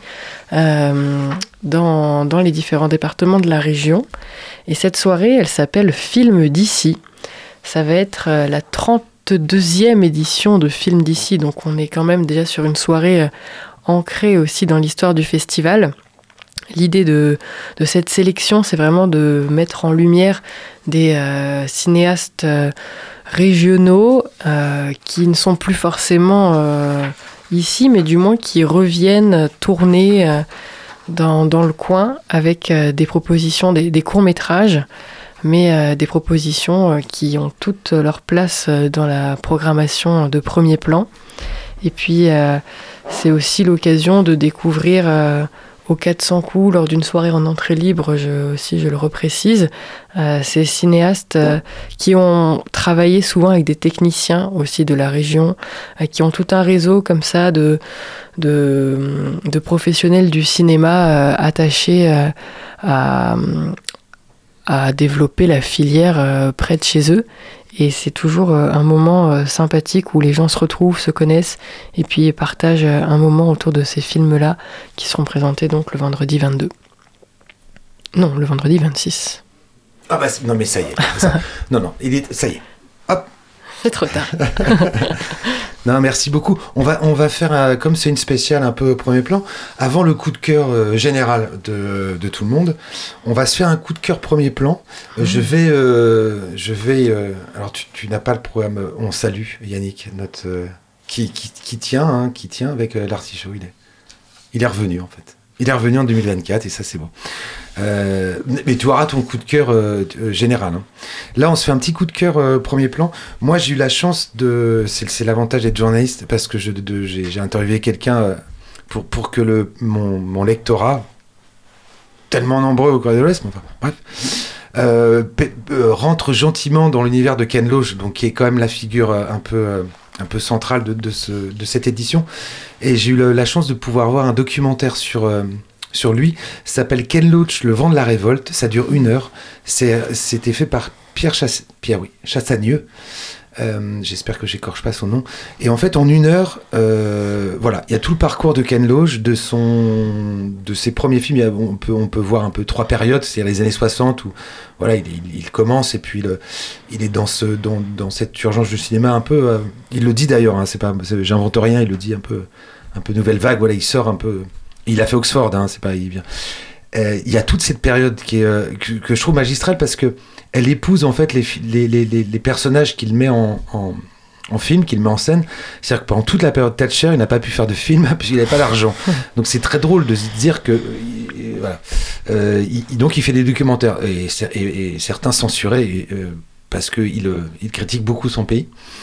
euh, dans, dans les différents départements de la région. Et cette soirée, elle s'appelle Film d'ici. Ça va être euh, la trente-deuxième édition de Film d'ici, donc on est quand même déjà sur une soirée euh, ancrée aussi dans l'histoire du festival. L'idée de, de cette sélection, c'est vraiment de mettre en lumière des euh, cinéastes euh, régionaux euh, qui ne sont plus forcément euh, ici, mais du moins qui reviennent tourner euh, dans, dans le coin avec euh, des propositions, des, des courts-métrages, mais euh, des propositions euh, qui ont toute leur place euh, dans la programmation de premier plan. Et puis, euh, c'est aussi l'occasion de découvrir euh, au quatre cents coups, lors d'une soirée en entrée libre, je, aussi je le reprécise, euh, ces cinéastes euh, qui ont travaillé souvent avec des techniciens aussi de la région, euh, qui ont tout un réseau comme ça de, de, de professionnels du cinéma euh, attachés euh, à, à développer la filière euh, près de chez eux. Et c'est toujours euh, un moment euh, sympathique où les gens se retrouvent, se connaissent et puis partagent euh, un moment autour de ces films-là qui seront présentés donc le vendredi vingt-deux. Non, le vendredi vingt-six. Ah bah c'est- non mais ça y est. ça- non non, il est ça y est. Hop. C'est trop tard. Non, merci beaucoup. On va, on va faire, un- comme c'est une spéciale un peu au premier plan, avant le coup de cœur euh, général de, de tout le monde, on va se faire un coup de cœur premier plan. Euh, Je vais... euh, je vais euh, alors, tu, tu n'as pas le programme... euh, On salue Yannick, notre, euh, qui, qui, qui tient, hein, qui tient avec euh, l'Artichaut. Il est, il est revenu, en fait. Il est revenu en deux mille vingt-quatre, et ça, c'est bon. Euh, mais tu auras ton coup de cœur euh, euh, général. Hein. Là, on se fait un petit coup de cœur euh, premier plan. Moi, j'ai eu la chance de... C'est, c'est l'avantage d'être journaliste, parce que je, de, j'ai, j'ai interviewé quelqu'un euh, pour, pour que le, mon, mon lectorat, tellement nombreux au Corée de l'Ouest, mais enfin, bref, euh, pe- euh, rentre gentiment dans l'univers de Ken Loach, donc, qui est quand même la figure euh, un peu... Euh, un peu centrale de, de, ce, de cette édition. Et j'ai eu le, la chance de pouvoir voir un documentaire sur... Euh, sur lui, ça s'appelle Ken Loach, Le vent de la révolte, ça dure une heure, c'est, c'était fait par Pierre, Chass, Pierre oui, Chassagneux, euh, j'espère que j'écorche pas son nom, et en fait en une heure, euh, voilà, il y a tout le parcours de Ken Loach, de, son, de ses premiers films, il y a, on, peut, on peut voir un peu trois périodes, c'est-à-dire les années soixante, où voilà, il, il, il commence, et puis le, il est dans, ce, dans, dans cette urgence du cinéma un peu, euh, il le dit d'ailleurs, hein, c'est pas, c'est, j'invente rien, il le dit un peu, un peu nouvelle vague, voilà, il sort un peu... Il a fait Oxford, hein, c'est pas il vient. Euh, il y a toute cette période qui est, euh, que, que je trouve magistrale parce que elle épouse en fait les, les, les, les personnages qu'il met en, en, en film, qu'il met en scène. C'est-à-dire que pendant toute la période Thatcher, il n'a pas pu faire de film puisqu'il n'avait pas d'argent. Donc c'est très drôle de se dire que euh, voilà. Euh, il, donc il fait des documentaires et, et, et certains censurés et, euh, parce qu'il il critique beaucoup son pays.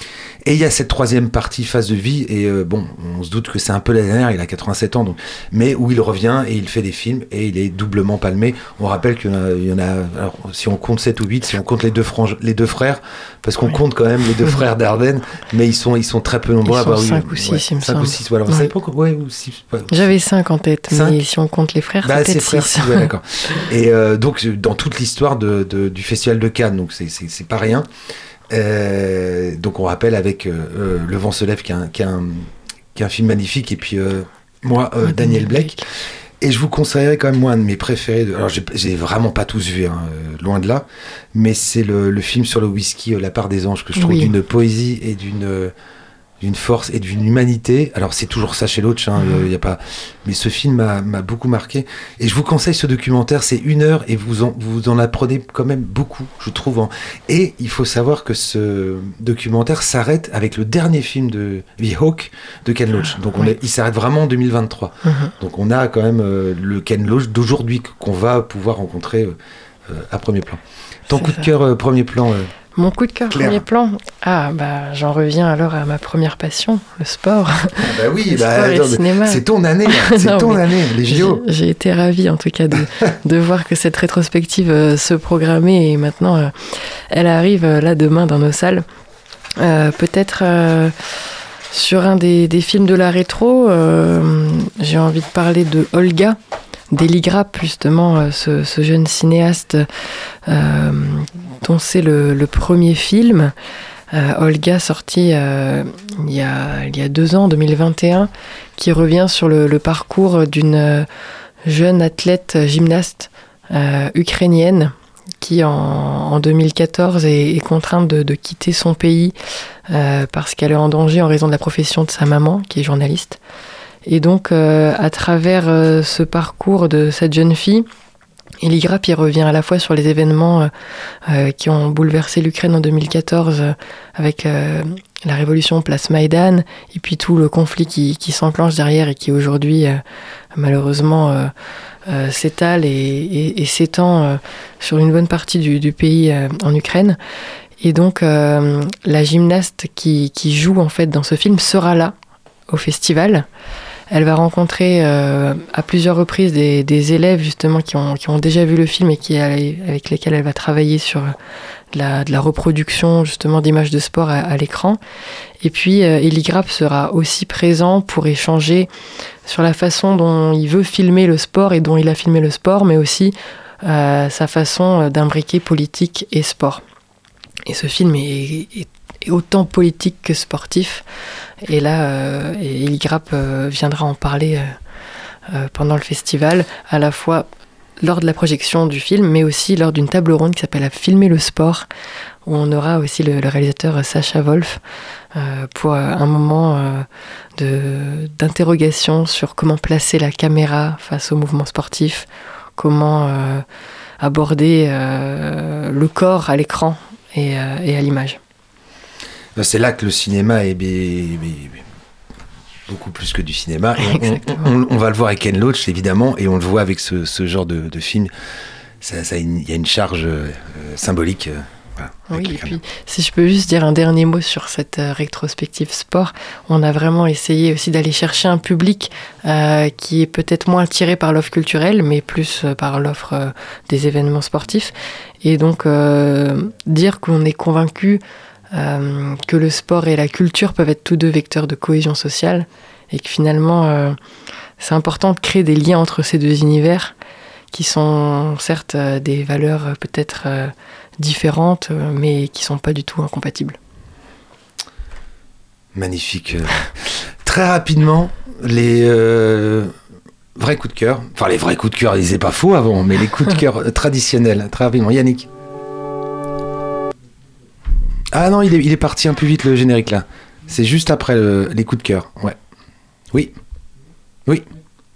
Et il y a cette troisième partie, phase de vie, et euh, bon, on se doute que c'est un peu la dernière, il a quatre-vingt-sept ans, donc, mais où il revient et il fait des films, et il est doublement palmé. On rappelle qu'il y en a, il y en a alors, si on compte sept ou huit, si on compte les deux, franges, les deux frères, parce qu'on oui. compte quand même les deux frères Dardenne, mais ils sont, ils sont très peu nombreux. Ils sont à avoir cinq eu, ou six, ouais, il me cinq semble. ou six, voilà. Vous ouais. savez pourquoi ouais, ou six, ouais, J'avais cinq en tête, cinq. Mais si on compte les frères, bah, c'est peut-être frères, six. Ouais, d'accord. Et euh, donc, dans toute l'histoire de, de, du Festival de Cannes, donc c'est, c'est, c'est pas rien. Euh, donc on rappelle avec euh, Le Vent se lève qui est un, qui est un, qui est un film magnifique, et puis euh, moi euh, Daniel, Daniel Blake. Blake et je vous conseillerais quand même moi un de mes préférés de, alors j'ai, j'ai vraiment pas tous vu hein, euh, loin de là, mais c'est le, le film sur le whisky euh, La part des anges, que je trouve oui. d'une poésie et d'une euh, d'une force et d'une humanité. Alors c'est toujours ça chez l'autre, hein, mmh. euh, y a pas. Mais ce film m'a, m'a beaucoup marqué. Et je vous conseille ce documentaire. C'est une heure et vous en, vous en apprenez quand même beaucoup, je trouve. En... Et il faut savoir que ce documentaire s'arrête avec le dernier film de The Hawk de Ken Loach. Donc on est, il s'arrête vraiment en deux mille vingt-trois. Mmh. Donc on a quand même euh, le Ken Loach d'aujourd'hui qu'on va pouvoir rencontrer euh, à premier plan. Ton c'est coup ça. de cœur euh, premier plan. Euh, Mon coup de cœur, Claire. Premier plan. Ah, bah, j'en reviens alors à ma première passion, le sport. Ah bah oui, le bah, sport et attends, le cinéma. C'est ton année, c'est non, ton année, les J O. J'ai, j'ai été ravie, en tout cas, de, de voir que cette rétrospective euh, se programmait, et maintenant, euh, elle arrive euh, là demain dans nos salles. Euh, peut-être euh, sur un des, des films de la rétro, euh, j'ai envie de parler de Olga, d'Eli Grapp, justement, ce, ce jeune cinéaste euh, dont c'est le, le premier film. Euh, Olga, sorti euh, il, y a, il y a deux ans, deux mille vingt et un, qui revient sur le, le parcours d'une jeune athlète gymnaste euh, ukrainienne qui, en, en deux mille quatorze, est, est contrainte de, de quitter son pays euh, parce qu'elle est en danger en raison de la profession de sa maman, qui est journaliste. Et donc, euh, à travers euh, ce parcours de cette jeune fille, Eli Grapp y revient à la fois sur les événements euh, qui ont bouleversé l'Ukraine en deux mille quatorze, euh, avec euh, la révolution place Maïdan, et puis tout le conflit qui, qui s'enclenche derrière et qui aujourd'hui, euh, malheureusement, euh, euh, s'étale et, et, et s'étend euh, sur une bonne partie du, du pays euh, en Ukraine. Et donc, euh, la gymnaste qui, qui joue en fait dans ce film sera là, au festival. Elle va rencontrer euh, à plusieurs reprises des, des élèves justement qui ont, qui ont déjà vu le film et qui, avec lesquels elle va travailler sur de la, de la reproduction justement d'images de sport à, à l'écran. Et puis euh, Eli Grapp sera aussi présent pour échanger sur la façon dont il veut filmer le sport et dont il a filmé le sport, mais aussi euh, sa façon d'imbriquer politique et sport. Et ce film est, est, est autant politique que sportif. Et là, euh, Eli Grapp euh, viendra en parler euh, euh, pendant le festival, à la fois lors de la projection du film, mais aussi lors d'une table ronde qui s'appelle « À filmer le sport », où on aura aussi le, le réalisateur Sacha Wolf euh, pour un moment euh, de, d'interrogation sur comment placer la caméra face au mouvement sportif, comment euh, aborder euh, le corps à l'écran et, euh, et à l'image. C'est là que le cinéma est b- b- beaucoup plus que du cinéma. Et on, on, on va le voir avec Ken Loach, évidemment, et on le voit avec ce, ce genre de, de film. Ça, ça, il y a une charge euh, symbolique. Euh, voilà, oui, et puis, si je peux juste dire un dernier mot sur cette euh, rétrospective sport, on a vraiment essayé aussi d'aller chercher un public euh, qui est peut-être moins attiré par l'offre culturelle, mais plus euh, par l'offre euh, des événements sportifs. Et donc, euh, dire qu'on est convaincu Euh, que le sport et la culture peuvent être tous deux vecteurs de cohésion sociale, et que finalement euh, c'est important de créer des liens entre ces deux univers qui sont certes euh, des valeurs euh, peut-être euh, différentes, euh, mais qui sont pas du tout incompatibles. Magnifique. Très rapidement, les euh, vrais coups de cœur, enfin les vrais coups de cœur, ils n'étaient pas faux avant, mais les coups de cœur traditionnels, très rapidement. Yannick. Ah non, il est, il est parti un peu vite le générique là. C'est juste après le, les coups de cœur. Ouais. Oui. Oui.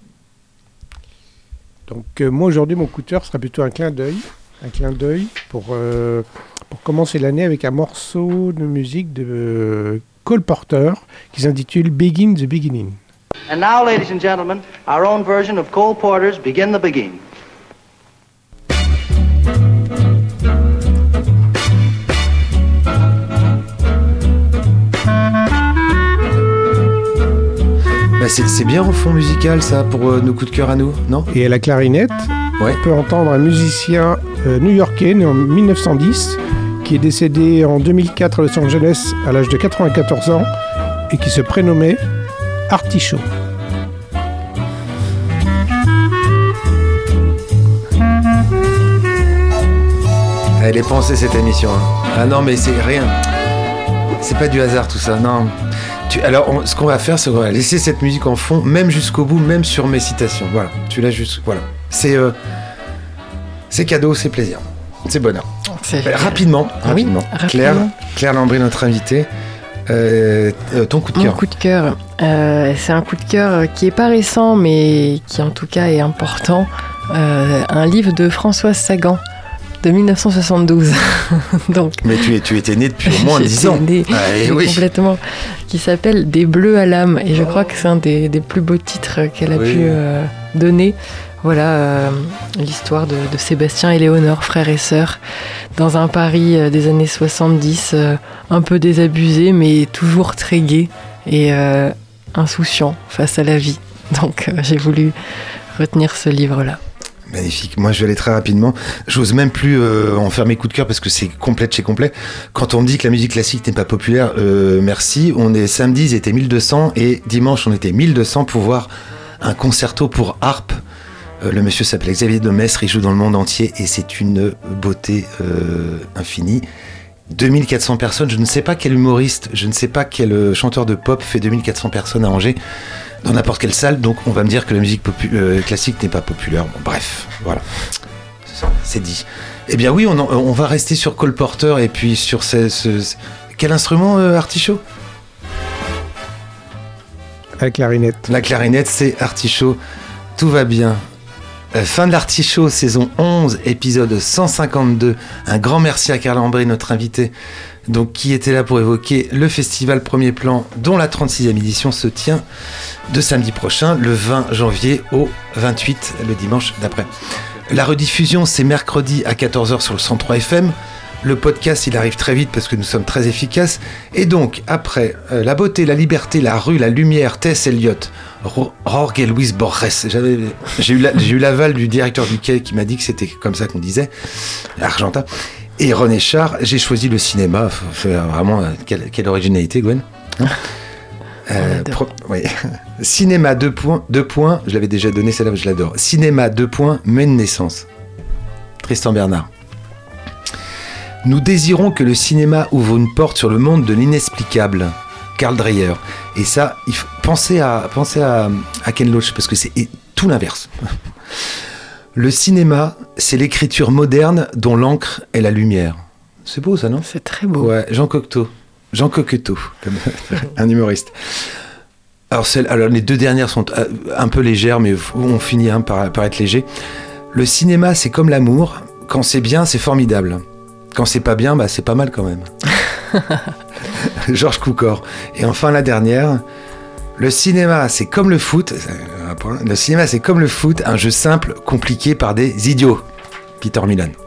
Donc euh, moi aujourd'hui mon coup de cœur sera plutôt un clin d'œil, un clin d'œil pour euh, pour commencer l'année avec un morceau de musique de euh, Cole Porter qui s'intitule Begin the Beginning. And now, ladies and gentlemen, our own version of Cole Porter's Begin the Beginning. bah c'est, c'est bien en fond musical ça pour euh, nos coups de cœur à nous, non ? Et à la clarinette, Ouais. on peut entendre un musicien euh, new-yorkais né en dix-neuf cent dix qui est décédé en deux mille quatre à Los Angeles à l'âge de quatre-vingt-quatorze ans et qui se prénommait Artichaut. Elle est pensée cette émission. Hein. Ah non, mais c'est rien. C'est pas du hasard tout ça. Non. Tu, alors, on, ce qu'on va faire, c'est qu'on va laisser cette musique en fond, même jusqu'au bout, même sur mes citations. Voilà. Tu l'as juste. Voilà. C'est, euh, c'est cadeau, c'est plaisir, c'est bonheur. C'est Euh, rapidement, Ah oui, rapidement. rapidement. Claire, Claire Lambry, notre invitée. Euh, euh, ton coup de Mon cœur. coup de cœur, euh, c'est un coup de cœur qui est pas récent, mais qui en tout cas est important. Euh, un livre de Françoise Sagan de dix-neuf cent soixante-douze. Donc, Mais tu, es, tu étais né depuis au moins dix j'étais ans. née Ah, eh oui. complètement. Qui s'appelle Des bleus à l'âme. Et je crois que c'est un des, des plus beaux titres qu'elle a Oui. pu euh, donner. Voilà euh, l'histoire de, de Sébastien et Léonore, frères et sœurs, dans un Paris euh, des années soixante-dix, euh, un peu désabusé, mais toujours très gai et euh, insouciant face à la vie. Donc euh, j'ai voulu retenir ce livre-là. Magnifique. Moi, je vais aller très rapidement. J'ose même plus euh, en faire mes coups de cœur parce que c'est complet de chez complet. Quand on me dit que la musique classique n'est pas populaire, euh, merci. On est samedi, ils étaient mille deux cents et dimanche, on était mille deux cents pour voir un concerto pour harpe. Euh, le monsieur s'appelle Xavier de Maistre, il joue dans le monde entier et c'est une beauté euh, infinie. deux mille quatre cents personnes, je ne sais pas quel humoriste, je ne sais pas quel euh, chanteur de pop fait deux mille quatre cents personnes à Angers dans n'importe quelle salle, donc on va me dire que la musique popu- euh, classique n'est pas populaire. Bon, bref, voilà, c'est dit. Eh bien oui, on, en- on va rester sur Cole Porter et puis sur ce... ce- ce- Quel instrument, euh, Artichaut ? À la clarinette. La clarinette, c'est Artichaut, tout va bien. Euh, fin de l'Artichaut, saison onze, épisode cent cinquante-deux. Un grand merci à Carla Lambry, notre invitée, donc, qui était là pour évoquer le festival Premier Plan, dont la trente-sixième édition se tient de samedi prochain, le vingt janvier au vingt-huit, le dimanche d'après. La rediffusion, c'est mercredi à quatorze heures sur le cent trois F M. Le podcast, il arrive très vite parce que nous sommes très efficaces. Et donc, après euh, La beauté, la liberté, la rue, la lumière, T S. Eliot, Ro- Jorge Luis Borges. J'avais, j'ai, eu la, j'ai eu l'aval du directeur du quai qui m'a dit que c'était comme ça qu'on disait, Argentin. Et René Char, j'ai choisi le cinéma. Faut- faut vraiment, euh, quelle, quelle originalité, Gwen. Hein Euh, adore. pro- oui. Cinéma, deux points, deux points, je l'avais déjà donné, celle-là, je l'adore. Cinéma, deux points, mène naissance. Tristan Bernard. Nous désirons que le cinéma ouvre une porte sur le monde de l'inexplicable. Karl Dreyer. Et ça, il faut penser à, penser à, à Ken Loach, parce que c'est tout l'inverse. Le cinéma, c'est l'écriture moderne dont l'encre est la lumière. C'est beau ça, non ? C'est très beau. Ouais, Jean Cocteau. Jean Coqueteau, comme un humoriste. Alors, celle, alors, les deux dernières sont euh, un peu légères, mais on finit hein, par, par être léger. Le cinéma, c'est comme l'amour. Quand c'est bien, c'est formidable. Quand c'est pas bien, bah, c'est pas mal quand même. Georges Cukor. Et enfin, la dernière. Le cinéma, c'est comme le foot. Le cinéma, c'est comme le foot, un jeu simple, compliqué par des idiots. Peter Milan.